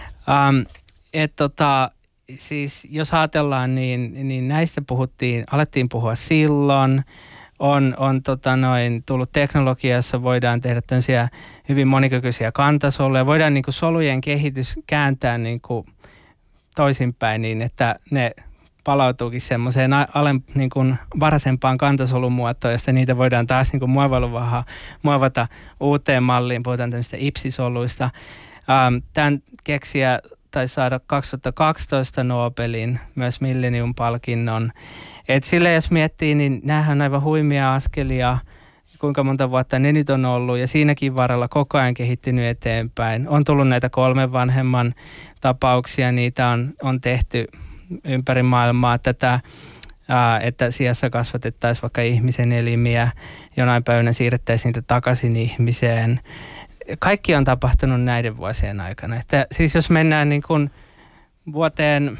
Siis jos ajatellaan, niin näistä alettiin puhua silloin. On tullut teknologia, jossa voidaan tehdä tämmöisiä hyvin monikykyisiä kantasoluja. Voidaan niin kuin solujen kehitys kääntää niin kuin toisinpäin niin, että ne palautuukin semmoiseen niin kuin varhaisempaan kantasolumuotoon, josta niitä voidaan taas niin kuin muovata uuteen malliin. Puhutaan tämmöistä ipsisoluista. Tämän keksijä taisi saada 2012 Nobelin, myös Millennium-palkinnon. Et sille jos miettii, niin näähän on aivan huimia askelia, kuinka monta vuotta ne nyt on ollut, ja siinäkin varrella koko ajan kehittynyt eteenpäin. On tullut näitä 3 vanhemman tapauksia, niitä on tehty ympäri maailmaa. Tätä että siassa kasvatettaisiin vaikka ihmisen elimiä, jonain päivänä siirrettäisiin niitä takaisin ihmiseen. Kaikki on tapahtunut näiden vuosien aikana. Että siis jos mennään niin kuin vuoteen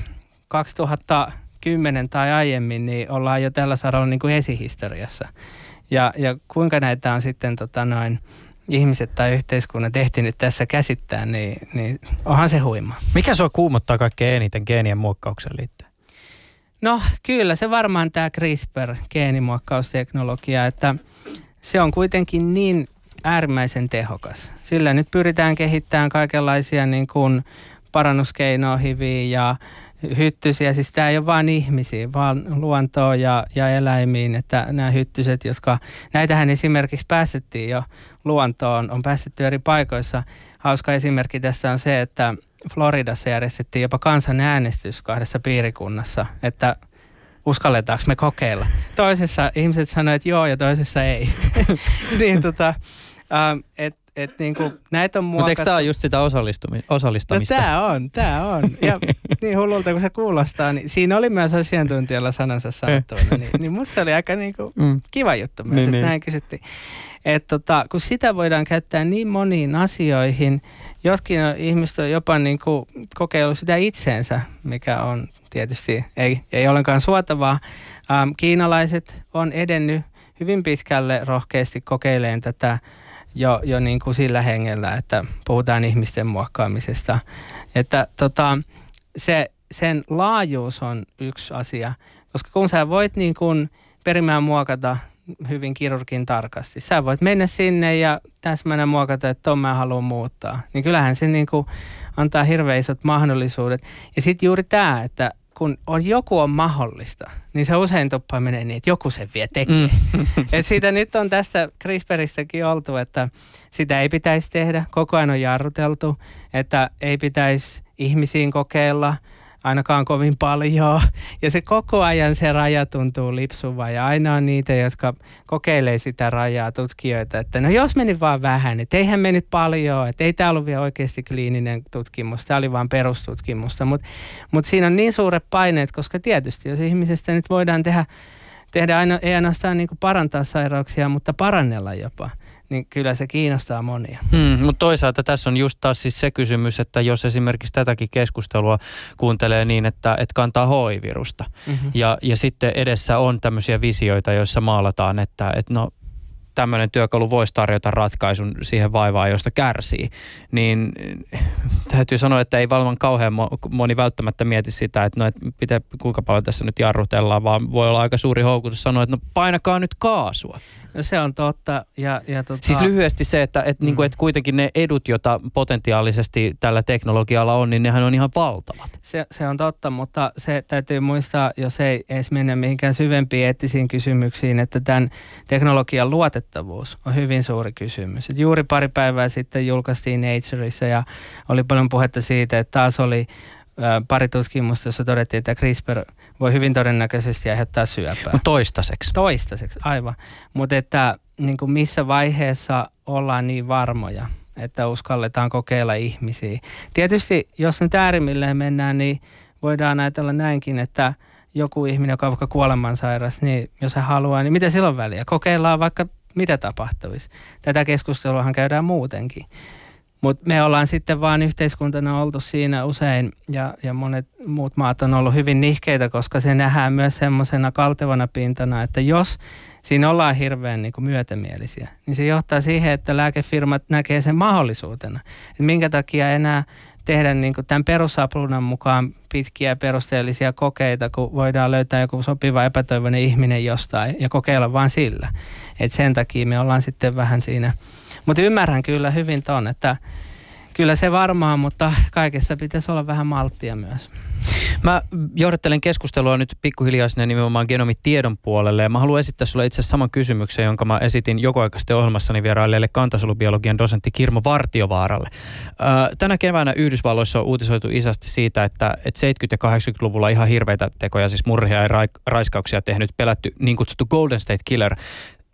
2010 tai aiemmin, niin ollaan jo tällä saralla niin kuin esihistoriassa. Ja kuinka näitä on sitten ihmiset tai yhteiskunnat ehtinyt tässä käsittää, niin onhan se huima. Mikä sua kuumottaa kaikkein eniten geenien muokkaukseen liittyen? No kyllä, se varmaan tämä CRISPR-geenimuokkausteknologia, että se on kuitenkin niin äärimmäisen tehokas. Sillä nyt pyritään kehittämään kaikenlaisia niin kuin parannuskeinoa hiviin ja hyttysiä. Siis tämä ei ole vain ihmisiä, vaan luontoon ja eläimiin, että nämä hyttyset, näitähän esimerkiksi päästettiin jo luontoon, on päästetty eri paikoissa. Hauska esimerkki tässä on se, että Floridassa järjestettiin jopa kansanäänestys 2 piirikunnassa, että uskalletaanko me kokeilla. Toisessa ihmiset sanoivat, että joo, ja toisessa ei. niin niinku, näitä on muokattu. Mutta eikö tämä ole just sitä osallistamista? No tämä on. Ja niin hullulta kuin se kuulostaa, niin siinä oli myös asiantuntijalla sanansa sanottuina. Niin musta se oli aika niinku kiva juttu myös, että näin kysyttiin. Kun sitä voidaan käyttää niin moniin asioihin, jotkin ihmiset on jopa niinku kokeillut sitä itseensä, mikä on tietysti ei ollenkaan suotavaa. Kiinalaiset on edennyt hyvin pitkälle rohkeasti kokeilemaan tätä jo niin kuin sillä hengellä, että puhutaan ihmisten muokkaamisesta. Että sen laajuus on yksi asia, koska kun sä voit niin kuin perimään muokata hyvin kirurgin tarkasti, sä voit mennä sinne ja täsmänä muokata, että ton mä haluan muuttaa. Niin kyllähän se niin kuin antaa hirveän isot mahdollisuudet. Ja sitten juuri tämä, että kun joku on mahdollista, niin se usein tuppaa menee niin, että joku sen vie tekee. Et siitä nyt on tässä CRISPRissäkin oltu, että sitä ei pitäisi tehdä. Koko ajan on jarruteltu, että ei pitäisi ihmisiin kokeilla ainakaan kovin paljon. Ja se koko ajan se raja tuntuu lipsuvan ja aina on niitä, jotka kokeilee sitä rajaa, tutkijoita, että no jos meni vaan vähän, että eihän mennyt paljon, että ei tämä ollut vielä oikeasti kliininen tutkimus, tämä oli vaan perustutkimusta, mutta siinä on niin suuret paineet, koska tietysti jos ihmisestä nyt voidaan tehdä ei ainoastaan niin kuin parantaa sairauksia, mutta parannella jopa, niin kyllä se kiinnostaa monia. Mutta toisaalta tässä on just taas siis se kysymys, että jos esimerkiksi tätäkin keskustelua kuuntelee niin, että kantaa HIV-virusta ja sitten edessä on tämmöisiä visioita, joissa maalataan, että no tämmöinen työkalu voisi tarjota ratkaisun siihen vaivaan, josta kärsii, niin täytyy sanoa, että ei varmaan kauhean moni välttämättä mieti sitä, että no, kuinka paljon tässä nyt jarrutellaan, vaan voi olla aika suuri houkutus sanoa, että no painakaa nyt kaasua. No se on totta. Siis lyhyesti se, että että kuitenkin ne edut, joita potentiaalisesti tällä teknologialla on, niin nehän on ihan valtavat. Se on totta, mutta se täytyy muistaa, jos ei edes mennä mihinkään syvempiin eettisiin kysymyksiin, että tämän teknologian luotettavuus on hyvin suuri kysymys. Et juuri pari päivää sitten julkaistiin Natureissa ja oli paljon puhetta siitä, että taas oli pari tutkimusta, jossa todettiin, että CRISPR voi hyvin todennäköisesti aiheuttaa syöpää. No toistaiseksi. Toistaiseksi, aivan. Mutta että niin kuin missä vaiheessa ollaan niin varmoja, että uskalletaan kokeilla ihmisiä. Tietysti, jos nyt äärimmilleen mennään, niin voidaan ajatella näinkin, että joku ihminen, joka on vaikka kuolemansairas, niin jos hän haluaa, niin mitä silloin väliä? Kokeillaan vaikka mitä tapahtuisi. Tätä keskusteluahan käydään muutenkin. Mutta me ollaan sitten vaan yhteiskuntana oltu siinä usein ja monet muut maat on ollut hyvin nihkeitä, koska se nähdään myös semmoisena kaltevana pintana, että jos siinä ollaan hirveän niin kuin myötämielisiä, niin se johtaa siihen, että lääkefirmat näkee sen mahdollisuutena. Et minkä takia enää tehdä niin kuin tämän perusaplunan mukaan pitkiä perusteellisia kokeita, kun voidaan löytää joku sopiva epätoivoinen ihminen jostain ja kokeilla vaan sillä. Et sen takia me ollaan sitten vähän siinä. Mutta ymmärrän kyllä hyvin ton, että kyllä se varmaan, mutta kaikessa pitäisi olla vähän malttia myös. Mä johdattelen keskustelua nyt pikkuhiljaa sinne nimenomaan genomitiedon puolelle ja mä haluan esittää sulle itse asiassa saman kysymyksen, jonka mä esitin joku aika sitten ohjelmassani vierailleelle kantasolubiologian dosentti Kirmo Vartiovaaralle. Tänä keväänä Yhdysvalloissa on uutisoitu isästi siitä, että 70- ja 80-luvulla ihan hirveitä tekoja, siis murhia ja raiskauksia tehnyt pelätty niin kutsuttu Golden State Killer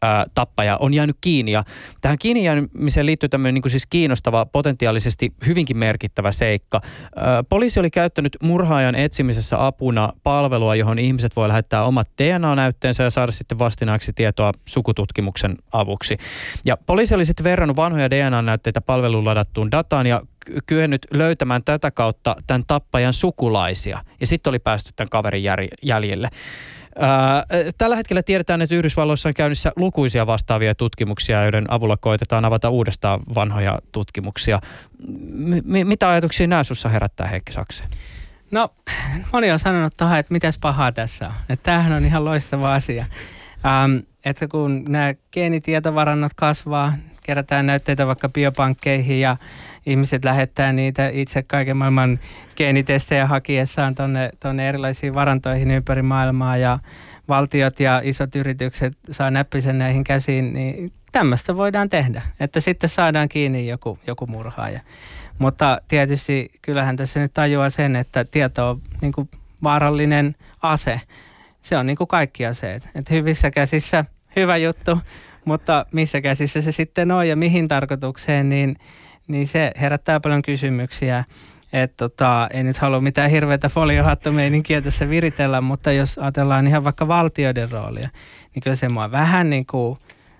tappaja on jäänyt kiinni. Ja tähän kiinni jäämiseen liittyy tämmöinen niin kuin siis kiinnostava, potentiaalisesti hyvinkin merkittävä seikka. Poliisi oli käyttänyt murhaajan etsimisessä apuna palvelua, johon ihmiset voi lähettää omat DNA-näytteensä ja saada sitten vastinaaksi tietoa sukututkimuksen avuksi. Ja poliisi oli sitten verrannut vanhoja DNA-näytteitä palveluun ladattuun dataan ja kyennyt löytämään tätä kautta tämän tappajan sukulaisia. Ja sitten oli päästy tämän kaverin jäljelle. Tällä hetkellä tiedetään, että Yhdysvalloissa on käynnissä lukuisia vastaavia tutkimuksia, joiden avulla koitetaan avata uudestaan vanhoja tutkimuksia. Mitä ajatuksia nämä sussa herättää, Heikki Sakseen? No, moni on sanonut tuohon, että mitäs pahaa tässä on. Että tämähän on ihan loistava asia. Että kun nämä geenitietovarannot kasvaa, kerätään näytteitä vaikka biopankkeihin ja ihmiset lähettää niitä itse kaiken maailman geenitestejä hakiessaan tuonne erilaisiin varantoihin ympäri maailmaa ja valtiot ja isot yritykset saa näppisen näihin käsiin, niin tämmöistä voidaan tehdä, että sitten saadaan kiinni joku murhaaja. Mutta tietysti kyllähän tässä nyt tajuaa sen, että tieto on niin kuin vaarallinen ase. Se on niin kuin kaikki aseet. Että hyvissä käsissä hyvä juttu, mutta missä käsissä se sitten on ja mihin tarkoitukseen, niin se herättää paljon kysymyksiä. Että ei nyt halua mitään hirveätä foliohattomeininkiä tässä viritellä, mutta jos ajatellaan ihan vaikka valtioiden roolia, niin kyllä se mua vähän niin kuin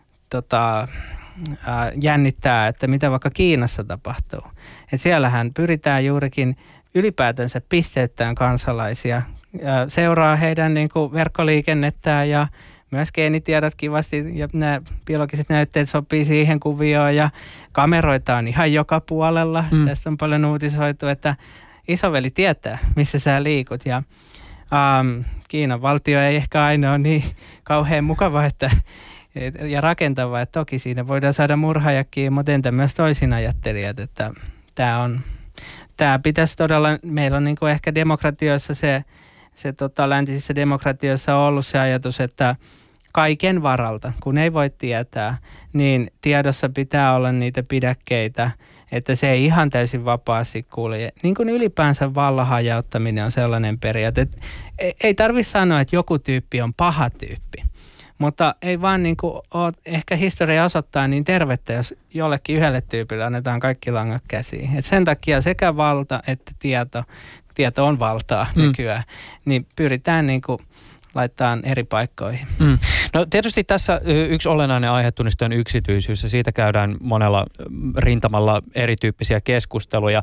jännittää, että mitä vaikka Kiinassa tapahtuu. Että siellähän pyritään juurikin ylipäätänsä pisteyttämään kansalaisia, seuraa heidän niin kuin verkkoliikennettään ja myös geenitiedot kivasti ja nämä biologiset näytteet sopii siihen kuvioon ja kameroita on ihan joka puolella. Tästä on paljon uutisoitu, että isoveli tietää, missä sä liikut ja Kiinan valtio ei ehkä aina ole niin kauhean mukava ja rakentava, että toki siinä voidaan saada murhaajakin, mutta entä myös toisin ajattelijat, että tämä pitäisi todella, meillä on niin kuin ehkä demokratioissa se läntisissä demokratioissa on ollut se ajatus, että kaiken varalta, kun ei voi tietää, niin tiedossa pitää olla niitä pidäkkeitä, että se ei ihan täysin vapaasti kulje. Niin kuin ylipäänsä vallan hajauttaminen on sellainen periaate, että ei tarvitse sanoa, että joku tyyppi on paha tyyppi. Mutta ei vaan niin kuin ole, ehkä historia osoittaa niin tervettä, jos jollekin yhdelle tyypille annetaan kaikki langat käsiin. Et sen takia sekä valta että tieto on valtaa nykyään, niin pyritään niin kuin laittaa eri paikkoihin. No tietysti tässä yksi olennainen aihetunniste on yksityisyys ja siitä käydään monella rintamalla erityyppisiä keskusteluja.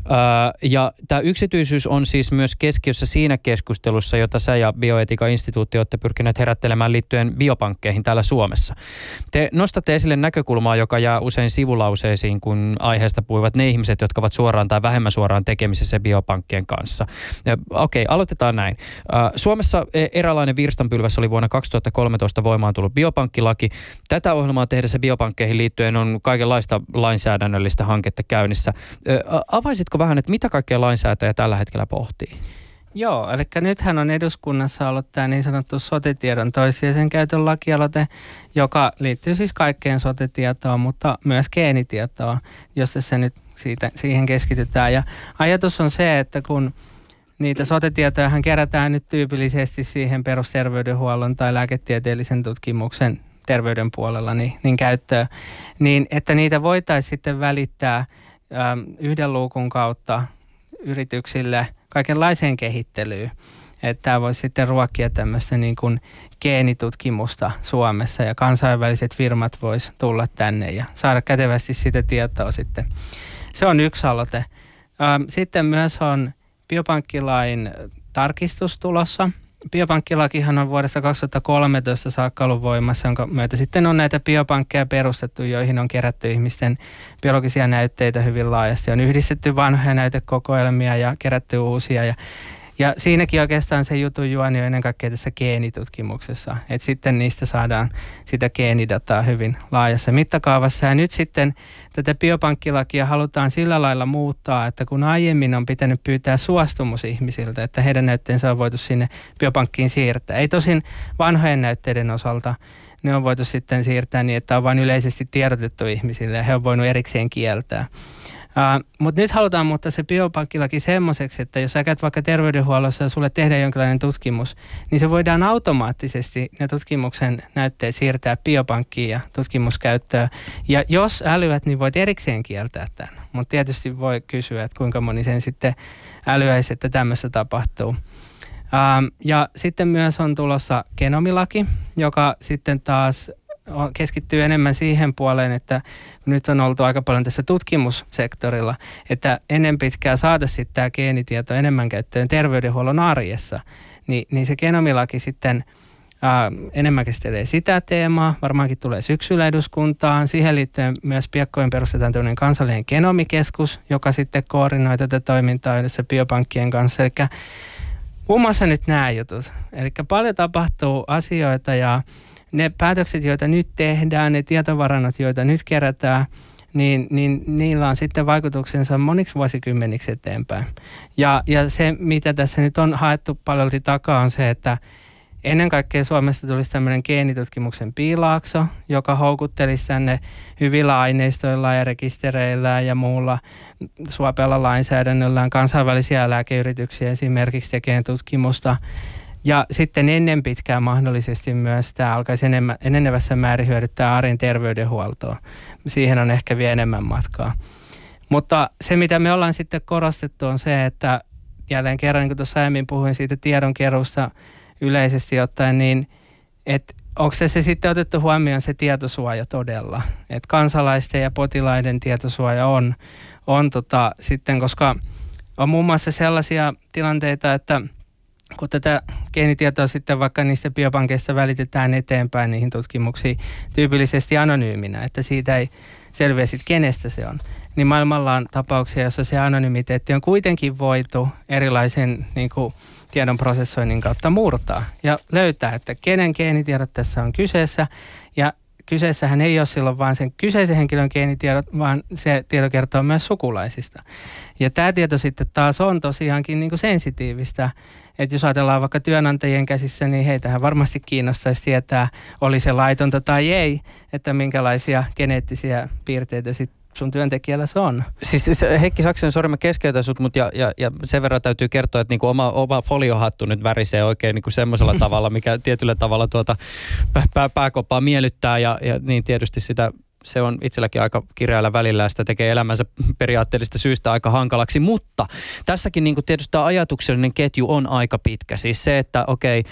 Ja tämä yksityisyys on siis myös keskiössä siinä keskustelussa, jota sä ja Bioetiikan instituutti olette pyrkineet herättelemään liittyen biopankkeihin täällä Suomessa. Te nostatte esille näkökulmaa, joka jää usein sivulauseisiin, kun aiheesta puhuvat ne ihmiset, jotka ovat suoraan tai vähemmän suoraan tekemisessä biopankkien kanssa. Okei, aloitetaan näin. Suomessa eräänlainen virstanpylväs oli vuonna 2013 voimaan tullut biopankkilaki. Tätä ohjelmaa tehdessä biopankkeihin liittyen on kaikenlaista lainsäädännöllistä hanketta käynnissä. Avaisitko vähän, että mitä kaikkea lainsäätäjä tällä hetkellä pohtii? Joo, eli nythän on eduskunnassa ollut tämä niin sanottu sotetiedon toissijaisen käytön lakialoite, joka liittyy siis kaikkeen sotetietoon, mutta myös geenitietoon, jos tässä nyt siihen keskitytään. Ja ajatus on se, että kun niitä sotetietojahan kerätään nyt tyypillisesti siihen perusterveydenhuollon tai lääketieteellisen tutkimuksen terveyden puolella niin käyttöön, niin että niitä voitaisiin sitten välittää yhden luukun kautta yrityksille kaikenlaiseen kehittelyyn. Että tämä voisi sitten ruokkia tämmöistä niin kuin geenitutkimusta Suomessa ja kansainväliset firmat vois tulla tänne ja saada kätevästi sitä tietoa sitten. Se on yksi aloite. Sitten myös on biopankkilain tarkistus tulossa. Biopankkilakihan on vuodesta 2013 saakka ollut voimassa, jonka myötä sitten on näitä biopankkeja perustettu, joihin on kerätty ihmisten biologisia näytteitä hyvin laajasti. On yhdistetty vanhoja näytekokoelmia ja kerätty uusia ja siinäkin oikeastaan se jutun juoni on ennen kaikkea tässä geenitutkimuksessa, että sitten niistä saadaan sitä geenidataa hyvin laajassa mittakaavassa. Ja nyt sitten tätä biopankkilakia halutaan sillä lailla muuttaa, että kun aiemmin on pitänyt pyytää suostumus ihmisiltä, että heidän näytteensä on voitu sinne biopankkiin siirtää. Ei tosin vanhojen näytteiden osalta ne on voitu sitten siirtää niin, että on vain yleisesti tiedotettu ihmisille ja he on voinut erikseen kieltää. Mutta nyt halutaan muuttaa se biopankkilaki semmoiseksi, että jos sä käyt vaikka terveydenhuollossa ja sulle tehdään jonkinlainen tutkimus, niin se voidaan automaattisesti ne tutkimuksen näytteet siirtää biopankkiin ja tutkimuskäyttöön. Ja jos älyät, niin voit erikseen kieltää tämän. Mutta tietysti voi kysyä, että kuinka moni sen sitten älyäisi, että tämmöistä tapahtuu. Ja sitten myös on tulossa genomilaki, joka sitten taas keskittyy enemmän siihen puoleen, että nyt on oltu aika paljon tässä tutkimussektorilla, että ennen pitkää saataisiin sitten tämä geenitieto enemmän käyttöön terveydenhuollon arjessa, niin se genomilaki sitten enemmän käsittelee sitä teemaa, varmaankin tulee syksyllä eduskuntaan. Siihen liittyen myös piakkoin perustetaan tämmöinen kansallinen genomikeskus, joka sitten koordinoi tätä toimintaa yhdessä biopankkien kanssa. Eli muun muassa nyt nämä jutut. Eli paljon tapahtuu asioita ja ne päätökset, joita nyt tehdään, ne tietovarannot, joita nyt kerätään, niin niillä on sitten vaikutuksensa moniksi vuosikymmeniksi eteenpäin. Ja se, mitä tässä nyt on haettu paljolti takaa, on se, että ennen kaikkea Suomesta tulisi tämmöinen geenitutkimuksen piilaakso, joka houkuttelisi tänne hyvillä aineistoilla ja rekistereillä ja muulla suopealla lainsäädännöllään kansainvälisiä lääkeyrityksiä esimerkiksi tekemään tutkimusta. Ja sitten ennen pitkään mahdollisesti myös tämä alkaisi enenevässä määrin hyödyttää arjen terveydenhuoltoa. Siihen on ehkä vielä enemmän matkaa. Mutta se, mitä me ollaan sitten korostettu, on se, että jälleen kerran, niin kuin tuossa aiemmin puhuin siitä tiedonkeruusta yleisesti ottaen, niin että onko se sitten otettu huomioon se tietosuoja todella? Että kansalaisten ja potilaiden tietosuoja on sitten, koska on muun muassa sellaisia tilanteita, että kun tätä geenitietoa sitten vaikka niistä biopankeista välitetään eteenpäin niihin tutkimuksiin tyypillisesti anonyyminä, että siitä ei selviä sitten kenestä se on, niin maailmalla on tapauksia, jossa se anonymiteetti on kuitenkin voitu erilaisen niin kuin tiedon prosessoinnin kautta murtaa ja löytää, että kenen geenitiedot tässä on kyseessä. Ja kyseessähän ei ole silloin vaan sen kyseisen henkilön geenitiedot, vaan se tieto kertoo myös sukulaisista. Ja tämä tieto sitten taas on tosiaankin niin kuin sensitiivistä. Että jos ajatellaan vaikka työnantajien käsissä, niin heitähän varmasti kiinnostaisi tietää, oli se laitonta tai ei, että minkälaisia geneettisiä piirteitä sitten sun työntekijällä se on. Siis Heikki Saksinen, sori mä keskeytän sut, mutta ja sen verran täytyy kertoa, että niinku oma foliohattu nyt värisee oikein niinku semmoisella tavalla, mikä tietyllä tavalla pääkoppaa miellyttää ja niin tietysti se on itselläkin aika kireällä välillä ja sitä tekee elämänsä periaatteellisesta syystä aika hankalaksi, mutta tässäkin niin kuin tietysti tämä ajatuksellinen ketju on aika pitkä. Siis se, että okei,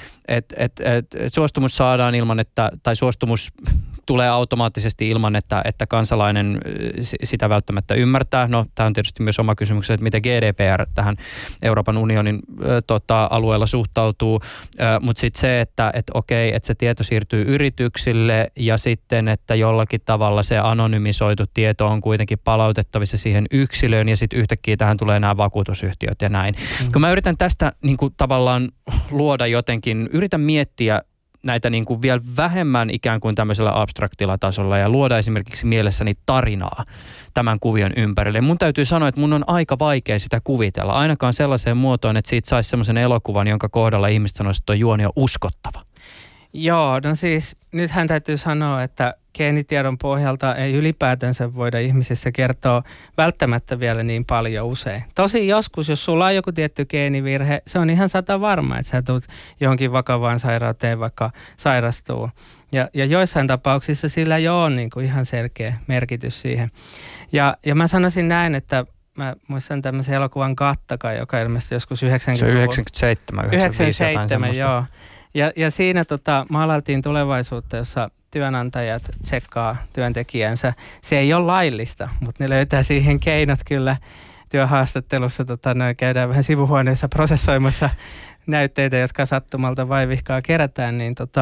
suostumus saadaan ilman, tai suostumus tulee automaattisesti ilman, että kansalainen sitä välttämättä ymmärtää. No, tämä on tietysti myös oma kysymys, että miten GDPR tähän Euroopan unionin alueella suhtautuu, mutta sitten se, että okei, että se tieto siirtyy yrityksille ja sitten, että jollakin tavalla se anonymisoitu tieto on kuitenkin palautettavissa siihen yksilöön ja sitten yhtäkkiä tähän tulee nämä vakuutusyhtiöt ja näin. Kun mä yritän tästä niin kuin tavallaan luoda jotenkin, yritän miettiä näitä niin kuin vielä vähemmän ikään kuin tämmöisellä abstraktilla tasolla ja luoda esimerkiksi mielessäni tarinaa tämän kuvion ympärille. Mun täytyy sanoa, että mun on aika vaikea sitä kuvitella, ainakaan sellaiseen muotoon, että siitä saisi semmoisen elokuvan, jonka kohdalla ihmiset sanoisivat, että tuo juoni on uskottava. Joo, no siis nythän täytyy sanoa, että geenitiedon pohjalta ei ylipäätänsä voida ihmisissä kertoa välttämättä vielä niin paljon usein. Tosin joskus, jos sulla on joku tietty geenivirhe, se on ihan 100% varma, että sä tulet johonkin vakavaan sairauteen vaikka sairastuu. Ja joissain tapauksissa sillä jo on niin kuin ihan selkeä merkitys siihen. Ja mä sanoisin näin, että mä muistan tämmöisen elokuvan Gattaca, joka ilmestyi joskus 90-luvulla. Se on 97, 97, joo. Ja siinä maalailtiin tulevaisuutta, jossa työnantajat tsekkaa työntekijänsä. Se ei ole laillista, mutta ne löytää siihen keinot kyllä työhaastattelussa. Käydään vähän sivuhuoneessa prosessoimassa näytteitä, jotka sattumalta vaivihkaa kerätään.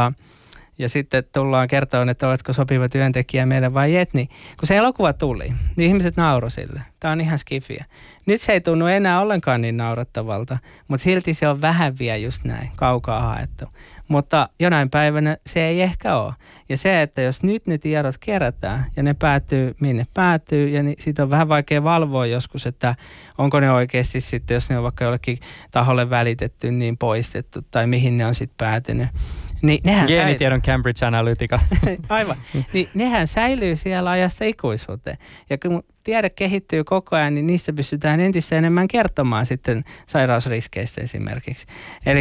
Ja sitten tullaan kertomaan, että oletko sopiva työntekijä meille vai et. Niin kun se elokuva tuli, niin ihmiset nauroi sille. Tämä on ihan skifiä. Nyt se ei tunnu enää ollenkaan niin naurattavalta, mutta silti se on vähän vielä just näin, kaukaa haettu. Mutta jonain päivänä se ei ehkä ole. Ja se, että jos nyt ne tiedot kerätään ja ne päätyy, minne päätyy, ja siitä on vähän vaikea valvoa joskus, että onko ne oikeasti sitten, jos ne on vaikka jollekin taholle välitetty, niin poistettu, tai mihin ne on sitten päätynyt. Niin Geenitiedon Cambridge Analytica. Aivan. Niin nehän säilyy siellä ajasta ikuisuuteen. Ja kun tiede kehittyy koko ajan, niin niistä pystytään entistä enemmän kertomaan sitten sairausriskeistä esimerkiksi. Eli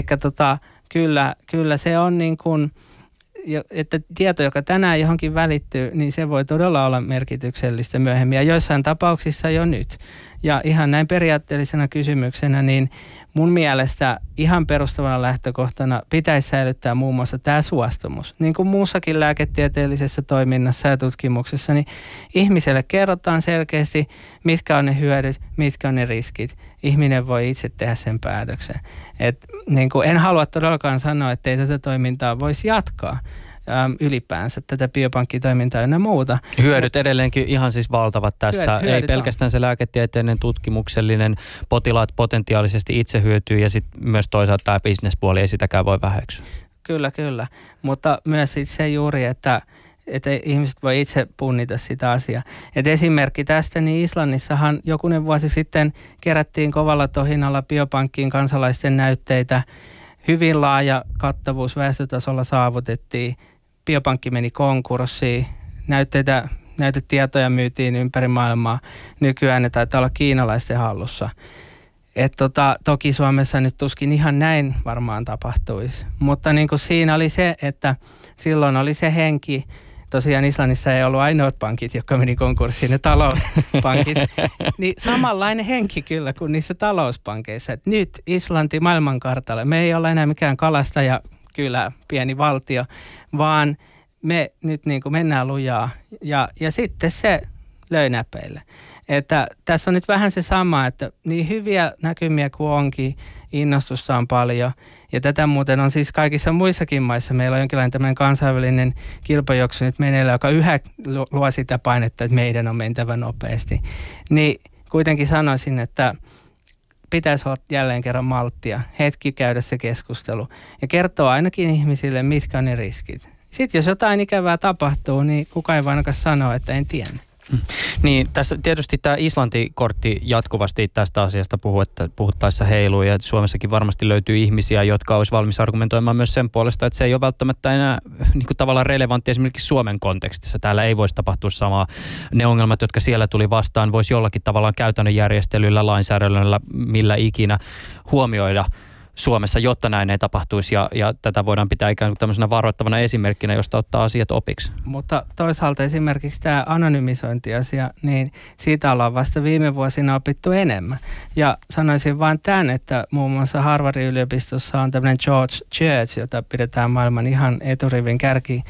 kyllä se on niin kuin, että tieto, joka tänään johonkin välittyy, niin se voi todella olla merkityksellistä myöhemmin ja joissain tapauksissa jo nyt. Ja ihan näin periaatteellisena kysymyksenä, niin mun mielestä ihan perustavana lähtökohtana pitäisi säilyttää muun muassa tämä suostumus. Niin kuin muussakin lääketieteellisessä toiminnassa ja tutkimuksessa, niin ihmiselle kerrotaan selkeästi, mitkä on ne hyödyt, mitkä on ne riskit. Ihminen voi itse tehdä sen päätöksen. Niin kuin en halua todellakaan sanoa, että ei tätä toimintaa voisi jatkaa. Ylipäänsä tätä biopankkitoimintaa ja muuta. Hyödyt edelleenkin ihan siis valtavat tässä. Ei pelkästään se lääketieteellinen, tutkimuksellinen, potilaat potentiaalisesti itse hyötyy ja sitten myös toisaalta tämä bisnespuoli ei sitäkään voi väheksyä. Kyllä. Mutta myös se juuri, että ihmiset voi itse punnita sitä asiaa. Et esimerkki tästä, niin Islannissahan jokunen vuosi sitten kerättiin kovalla tohinalla biopankkiin kansalaisten näytteitä. Hyvin laaja kattavuus väestötasolla saavutettiin. Biopankki meni konkurssiin. Näytetietoja myytiin ympäri maailmaa. Nykyään ne taitaa olla kiinalaisten hallussa. Toki Suomessa nyt tuskin ihan näin varmaan tapahtuisi. Mutta niin kuin siinä oli se, että silloin oli se henki. Tosiaan Islannissa ei ollut ainoat pankit, jotka meni konkurssiin, ne talouspankit. Niin samanlainen henki kyllä kuin niissä talouspankeissa. Et nyt Islanti maailmankartalle. Me ei olla enää mikään kalastaja, kyllä pieni valtio, vaan me nyt niin kuin mennään lujaa. Ja sitten se löi näpeille. Että tässä on nyt vähän se sama, että niin hyviä näkymiä kuin onkin, innostusta on paljon. Ja tätä muuten on siis kaikissa muissakin maissa. Meillä on jonkinlainen tämmöinen kansainvälinen kilpajuoksu nyt meneillään, joka yhä luo sitä painetta, että meidän on mentävä nopeasti. Niin kuitenkin sanoisin, että pitäisi olla jälleen kerran malttia, hetki käydä se keskustelu ja kertoa ainakin ihmisille, mitkä on ne riskit. Sitten jos jotain ikävää tapahtuu, niin kukaan ei vaan ainakaan sanoa, että en tiedä. Niin, tässä tietysti tämä Islanti-kortti jatkuvasti tästä asiasta puhuttaessa heiluu ja Suomessakin varmasti löytyy ihmisiä, jotka olisi valmis argumentoimaan myös sen puolesta, että se ei ole välttämättä enää niin kuin tavallaan relevantti esimerkiksi Suomen kontekstissa. Täällä ei voisi tapahtua samaa. Ne ongelmat, jotka siellä tuli vastaan, voisi jollakin tavallaan käytännön järjestelyllä, lainsäädännöllä, millä ikinä huomioida Suomessa, jotta näin ei tapahtuisi ja tätä voidaan pitää ikään kuin tämmöisenä varoittavana esimerkkinä, josta ottaa asiat opiksi. Mutta toisaalta esimerkiksi tämä anonymisointiasia, niin siitä ollaan vasta viime vuosina opittu enemmän. Ja sanoisin vain tämän, että muun muassa Harvardin yliopistossa on tämmöinen George Church, jota pidetään maailman ihan eturivin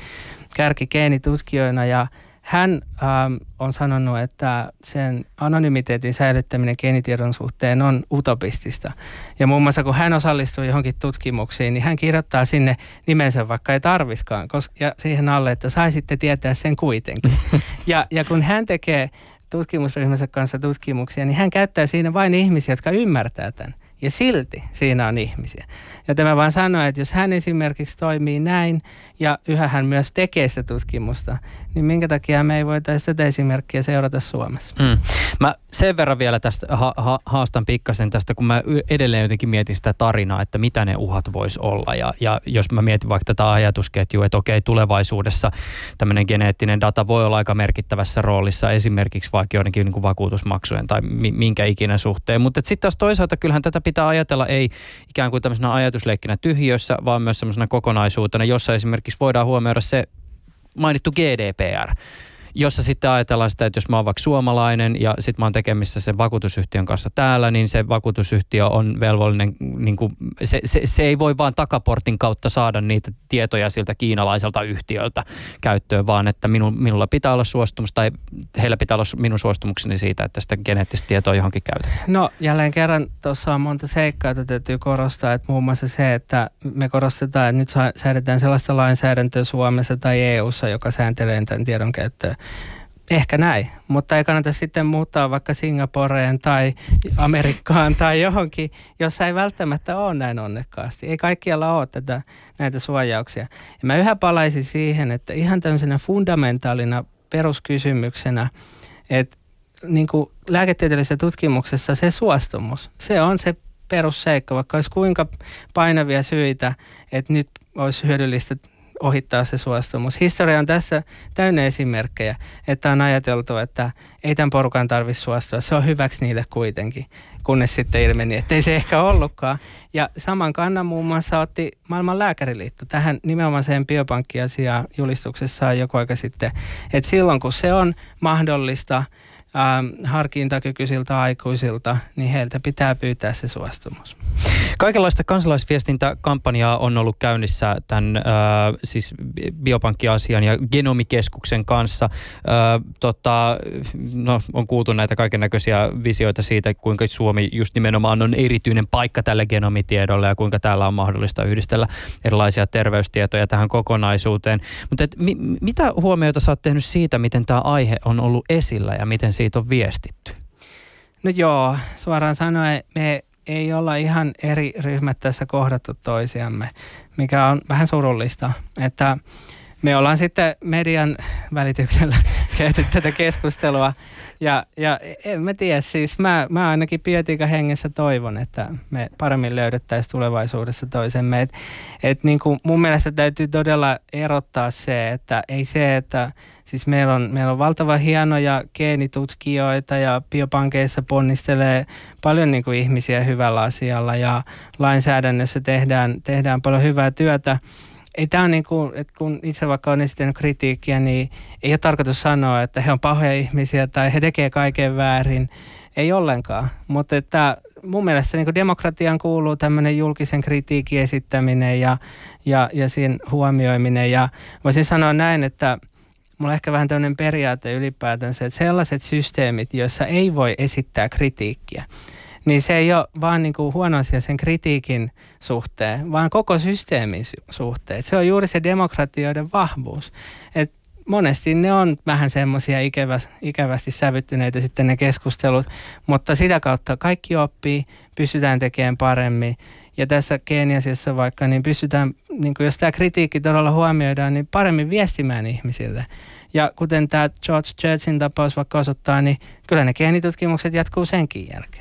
kärkigeenitutkijoina ja hän on sanonut, että sen anonymiteetin säilyttäminen geenitiedon suhteen on utopistista. Ja muun muassa kun hän osallistuu johonkin tutkimuksiin, niin hän kirjoittaa sinne nimensä, vaikka ei tarviskaan, ja siihen alle, että saisitte tietää sen kuitenkin. Ja kun hän tekee tutkimusryhmänsä kanssa tutkimuksia, niin hän käyttää siinä vain ihmisiä, jotka ymmärtää tämän. Ja silti siinä on ihmisiä. Joten mä vaan sanoin, että jos hän esimerkiksi toimii näin ja yhä hän myös tekee sitä tutkimusta, niin minkä takia me ei voitaisi tätä esimerkkiä seurata Suomessa? Mä sen verran vielä tästä haastan pikkasen tästä, kun mä edelleen jotenkin mietin sitä tarinaa, että mitä ne uhat vois olla. Ja jos mä mietin vaikka tätä ajatusketjua, että okei, tulevaisuudessa tämmöinen geneettinen data voi olla aika merkittävässä roolissa esimerkiksi vaikka joidenkin niin kuin vakuutusmaksujen tai minkä ikinä suhteen. Mutta sitten taas toisaalta kyllähän tätä pitää ajatella ei ikään kuin tämmöisenä ajatusleikkinä tyhjössä, vaan myös semmoisena kokonaisuutena, jossa esimerkiksi voidaan huomioida se mainittu GDPR, jossa sitten ajatellaan sitä, että jos mä oon vaikka suomalainen ja sitten mä oon tekemissä sen vakuutusyhtiön kanssa täällä, niin se vakuutusyhtiö on velvollinen, niin kuin, se ei voi vaan takaportin kautta saada niitä tietoja siltä kiinalaiselta yhtiöltä käyttöön, vaan että minulla pitää olla suostumus tai heillä pitää olla minun suostumukseni siitä, että sitä geneettistä tietoa johonkin käytetään. No jälleen kerran tuossa on monta seikkaa, jota täytyy korostaa, että muun muassa se, että me korostetaan, että nyt säädetään sellaista lainsäädäntöä Suomessa tai EU:ssa, joka sääntelee tämän tiedon käyttöä. Ehkä näin, mutta ei kannata sitten muuttaa vaikka Singaporeen tai Amerikkaan tai johonkin, jossa ei välttämättä ole näin onnekkaasti. Ei kaikkialla ole näitä suojauksia. Ja mä yhä palaisin siihen, että ihan tämmöisenä fundamentaalina peruskysymyksenä, että niin kuin lääketieteellisessä tutkimuksessa se suostumus, se on se perusseikka, vaikka olisi kuinka painavia syitä, että nyt olisi hyödyllistä ohittaa se suostumus. Historia on tässä täynnä esimerkkejä, että on ajateltu, että ei tämän porukan tarvitse suostua, se on hyväksi niille kuitenkin, kunnes sitten ilmeni, että ei se ehkä ollutkaan. Ja saman kannan muun muassa otti Maailman lääkäriliitto tähän nimenomaiseen biopankkiasiaan julistuksessaan joku aika sitten, että silloin kun se on mahdollista harkintakykyisiltä aikuisilta, niin heiltä pitää pyytää se suostumus. Kaikenlaista kansalaisviestintäkampanjaa on ollut käynnissä tämän siis biopankkiasian ja genomikeskuksen kanssa. On kuultu näitä kaikennäköisiä visioita siitä, kuinka Suomi just nimenomaan on erityinen paikka tälle genomitiedolle ja kuinka täällä on mahdollista yhdistellä erilaisia terveystietoja tähän kokonaisuuteen. Mutta mitä huomioita sä oot tehnyt siitä, miten tämä aihe on ollut esillä ja miten siitä on viestitty? No joo, suoraan sanoen me ei olla ihan eri ryhmät tässä kohdattu toisiamme, mikä on vähän surullista, että me ollaan sitten median välityksellä käyty tätä keskustelua ja en mä tiedä, siis mä ainakin bioetiikan hengessä toivon, että me paremmin löydettäisiin tulevaisuudessa toisemme. Et niin kuin mun mielestä täytyy todella erottaa se, että ei se, että siis meillä on valtavan hienoja geenitutkijoita ja biopankeissa ponnistelee paljon niin kuin ihmisiä hyvällä asialla ja lainsäädännössä tehdään paljon hyvää työtä. Ei tämä on niin kuin, että kun itse vaikka on esittänyt kritiikkiä, niin ei ole tarkoitus sanoa, että he on pahoja ihmisiä tai he tekevät kaiken väärin. Ei ollenkaan, mutta että mun mielestä niin kuin demokratiaan kuuluu tämmöinen julkisen kritiikin esittäminen ja siinä huomioiminen. Ja voisin sanoa näin, että mulla on ehkä vähän tämmöinen periaate ylipäätänsä, että sellaiset systeemit, joissa ei voi esittää kritiikkiä, niin se ei ole vaan niin kuin huono asia sen kritiikin suhteen, vaan koko systeemin suhteen. Se on juuri se demokratioiden vahvuus. Et monesti ne on vähän semmoisia ikävästi sävyttyneitä sitten ne keskustelut, mutta sitä kautta kaikki oppii, pystytään tekemään paremmin. Ja tässä geeniasiassa vaikka, niin pystytään, niin kuin jos tämä kritiikki todella huomioidaan, niin paremmin viestimään ihmisille. Ja kuten tämä George Churchin tapaus vaikka osoittaa, niin kyllä ne geenitutkimukset jatkuu senkin jälkeen.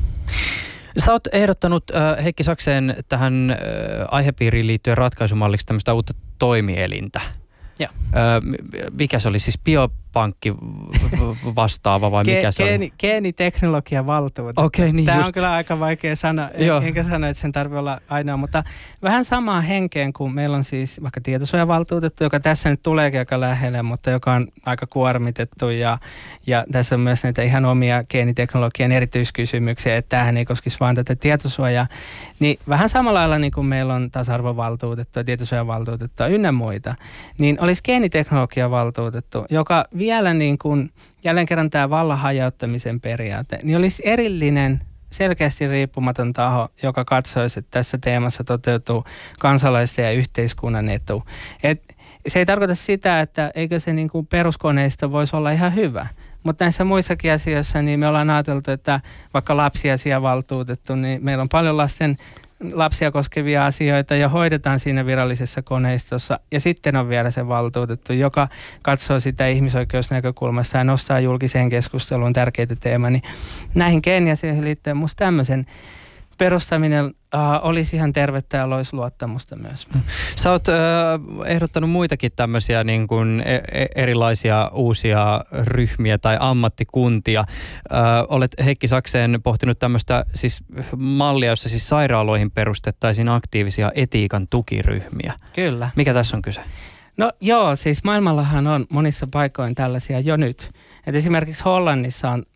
Sä oot ehdottanut Heikki Sakseen tähän aihepiiriin liittyen ratkaisumalliksi tämmöistä uutta toimielintä. Joo. Mikä se oli, siis biopankki vastaava vai mikä se oli? Geeniteknologiavaltuutettu. Okei, niin tämä just. on kyllä aika vaikea sana, enkä sano, että sen tarvitsee olla ainoa, mutta vähän samaa henkeen kuin meillä on siis vaikka tietosuojavaltuutettu, joka tässä nyt tuleekin aika lähelle, mutta joka on aika kuormitettu ja tässä on myös näitä ihan omia geeniteknologian erityiskysymyksiä, että tämähän ei koskisi vaan tätä tietosuojaa. Niin vähän samalla lailla niin kuin meillä on tasa-arvovaltuutettu ja tietosuojavaltuutettu ynnä muita, niin olisi geeniteknologiavaltuutettu, joka vielä niin kuin, jälleen kerran tämä vallan hajauttamisen periaate, niin olisi erillinen, selkeästi riippumaton taho, joka katsoisi, että tässä teemassa toteutuu kansalaisten ja yhteiskunnan etu. Se ei tarkoita sitä, että eikö se niin kuin peruskoneisto voisi olla ihan hyvä. Mutta näissä muissakin asioissa niin me ollaan ajateltu, että vaikka lapsiasiavaltuutettu, niin meillä on paljon lapsia koskevia asioita ja hoidetaan siinä virallisessa koneistossa. Ja sitten on vielä se valtuutettu, joka katsoo sitä ihmisoikeusnäkökulmasta ja nostaa julkiseen keskusteluun tärkeitä teemoja. Niin näihin geeniasioihin liittyen musta tämmöisen perustaminen olisi ihan tervettä ja loisi luottamusta myös. Sä oot ehdottanut muitakin tämmöisiä niin kuin erilaisia uusia ryhmiä tai ammattikuntia. Olet Heikki Sakseen pohtinut tämmöistä siis mallia, jossa siis sairaaloihin perustettaisiin aktiivisia etiikan tukiryhmiä. Kyllä. Mikä tässä on kyse? No joo, siis maailmallahan on monissa paikoin tällaisia jo nyt. Et esimerkiksi Hollannissa on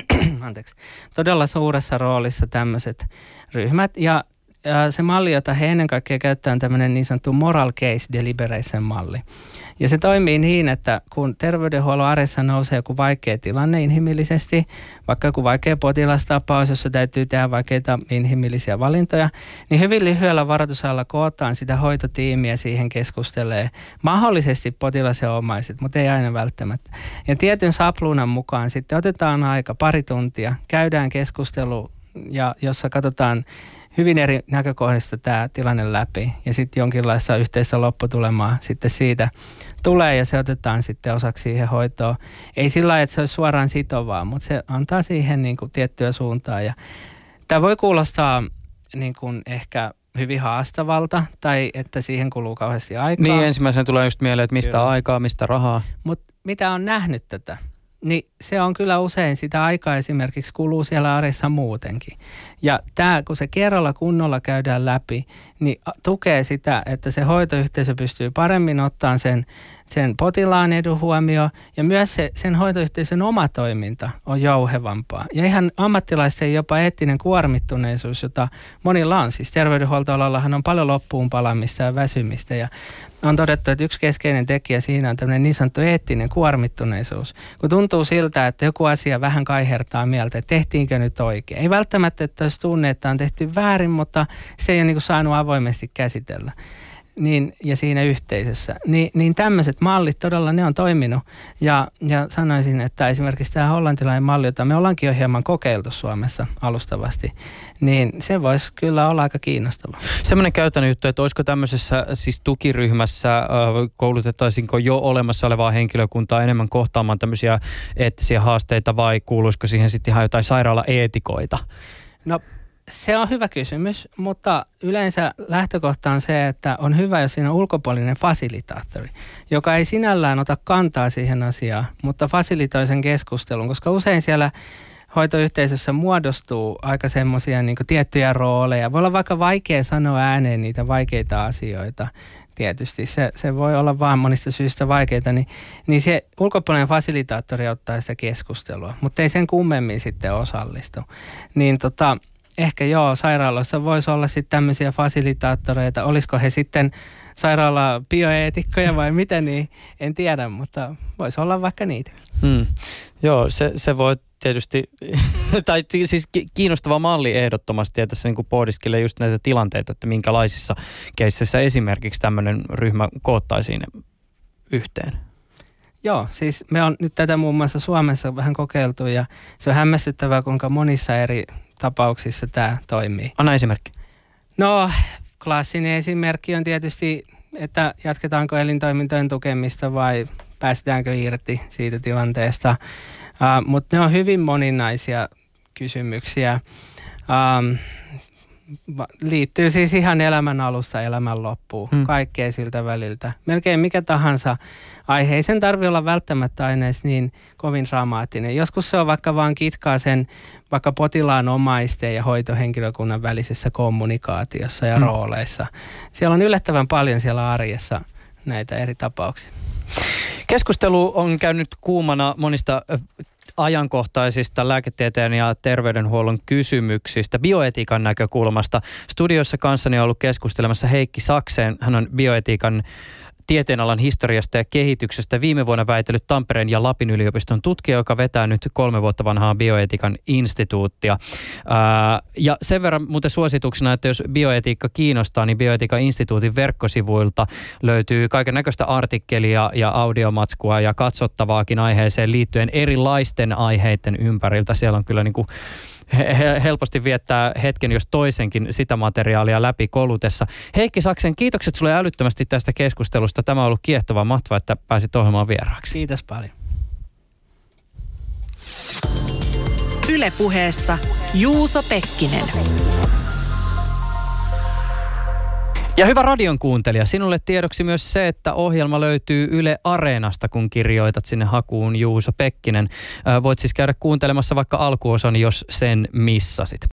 todella suuressa roolissa tämmöiset ryhmät ja se malli, jota he ennen kaikkea käyttää, on tämmöinen niin sanottu moral case deliberation malli. Ja se toimii niin, että kun terveydenhuollon arjessa nousee joku vaikea tilanne inhimillisesti, vaikka joku vaikea potilastapaus, jossa täytyy tehdä vaikeita inhimillisiä valintoja, niin hyvin lyhyellä varoitusajalla kootaan sitä hoitotiimiä siihen keskustelee. Mahdollisesti potilas ja omaiset, mutta ei aina välttämättä. Ja tietyn sapluunan mukaan sitten otetaan aika pari tuntia, käydään keskustelu, jossa katsotaan hyvin eri näkökohdista tämä tilanne läpi ja sitten jonkinlaista yhteistä lopputulemaa sitten siitä tulee ja se otetaan sitten osaksi siihen hoitoon. Ei sillä lailla, että se olisi suoraan sitovaa, mutta se antaa siihen niin kuin tiettyä suuntaa ja Tämä voi kuulostaa niin kuin ehkä hyvin haastavalta tai että siihen kuluu kauheasti aikaa. Niin, ensimmäisenä tulee just mieleen, että mistä aikaa, mistä rahaa. Mutta mitä on nähnyt tätä, niin se on kyllä usein sitä aikaa esimerkiksi kuluu siellä arjessa muutenkin. Ja tämä, kun se kerralla kunnolla käydään läpi, niin tukee sitä, että se hoitoyhteisö pystyy paremmin ottamaan sen potilaan edun huomioon ja myös sen hoitoyhteisön oma toiminta on jouhevampaa. Ja ihan ammattilaisten jopa eettinen kuormittuneisuus, jota monilla on. Siis terveydenhuoltoalallahan on paljon loppuun palamista ja väsymistä ja on todettu, että yksi keskeinen tekijä siinä on tämmöinen niin sanottu eettinen kuormittuneisuus. Kun tuntuu siltä, että joku asia vähän kaihertaa mieltä, että tehtiinkö nyt oikein. Ei välttämättä, että olisi tunne, että on tehty väärin, mutta se ei ole niin kuin saanut avoimesti käsitellä. Ja siinä yhteisössä. Niin tämmöiset mallit todella ne on toiminut ja sanoisin, että esimerkiksi tämä hollantilainen malli, jota me ollaankin jo hieman kokeiltu Suomessa alustavasti, niin se voisi kyllä olla aika kiinnostava. Semmoinen käytännön juttu, että olisiko tämmöisessä siis tukiryhmässä, koulutettaisinko jo olemassa olevaa henkilökuntaa enemmän kohtaamaan tämmöisiä eettisiä haasteita vai kuuluisiko siihen sitten ihan jotain sairaalaeetikoita? No se on hyvä kysymys, mutta yleensä lähtökohta on se, että on hyvä, jos siinä on ulkopuolinen fasilitaattori, joka ei sinällään ota kantaa siihen asiaan, mutta fasilitoi sen keskustelun, koska usein siellä hoitoyhteisössä muodostuu aika semmoisia niin kuin tiettyjä rooleja. Voi olla vaikka vaikea sanoa ääneen niitä vaikeita asioita. Tietysti se voi olla vaan monista syistä vaikeita, niin se ulkopuolinen fasilitaattori ottaa sitä keskustelua, mutta ei sen kummemmin sitten osallistu. Niin ehkä joo, sairaaloissa voisi olla sitten tämmöisiä fasilitaattoreita. Olisiko he sitten sairaala-bioeetikkoja vai mitä, niin en tiedä, mutta voisi olla vaikka niitä. Joo, se voi tietysti, tai siis kiinnostava malli ehdottomasti, että tässä niin pohdiskelee just näitä tilanteita, että minkälaisissa keisseissä esimerkiksi tämmöinen ryhmä koottaisiin yhteen. Joo, siis me on nyt tätä muun muassa Suomessa vähän kokeiltu ja se on hämmästyttävää, kuinka monissa eri tapauksissa tämä toimii. Anna esimerkki. No, klassinen esimerkki on tietysti, että jatketaanko elintoimintojen tukemista vai päästäänkö irti siitä tilanteesta. Mutta ne on hyvin moninaisia kysymyksiä. Liittyy siis ihan elämän alusta elämän loppuun, kaikkea siltä väliltä. Melkein mikä tahansa aihe. Ei sen tarvitse olla välttämättä aina edes niin kovin dramaattinen. Joskus se on vaikka vaan kitkaa sen vaikka potilaan omaisten ja hoitohenkilökunnan välisessä kommunikaatiossa ja rooleissa. Siellä on yllättävän paljon siellä arjessa näitä eri tapauksia. Keskustelu on käynyt kuumana monista ajankohtaisista lääketieteen ja terveydenhuollon kysymyksistä bioetiikan näkökulmasta. Studiossa kanssani on ollut keskustelemassa Heikki Saxen. Hän on bioetiikan tieteenalan historiasta ja kehityksestä viime vuonna väitellyt Tampereen ja Lapin yliopiston tutkija, joka vetää nyt 3 vuotta vanhaa bioetiikan instituuttia. Ja sen verran muuten suosituksena, että jos bioetiikka kiinnostaa, niin bioetiikan instituutin verkkosivuilta löytyy kaiken näköistä artikkelia ja audiomatskua ja katsottavaakin aiheeseen liittyen erilaisten aiheiden ympäriltä. Siellä on kyllä niin kuin helposti viettää hetken jos toisenkin sitä materiaalia läpi kolutessa. Heikki Saxen, kiitokset sulle älyttömästi tästä keskustelusta. Tämä on ollut kiehtova, mahtavaa, että pääsit ohjelmaan vieraaksi. Kiitos paljon. Yle Puheessa Juuso Pekkinen. Ja hyvä radion kuuntelija, sinulle tiedoksi myös se, että ohjelma löytyy Yle Areenasta, kun kirjoitat sinne hakuun Juuso Pekkinen. Voit siis käydä kuuntelemassa vaikka alkuosan, jos sen missasit.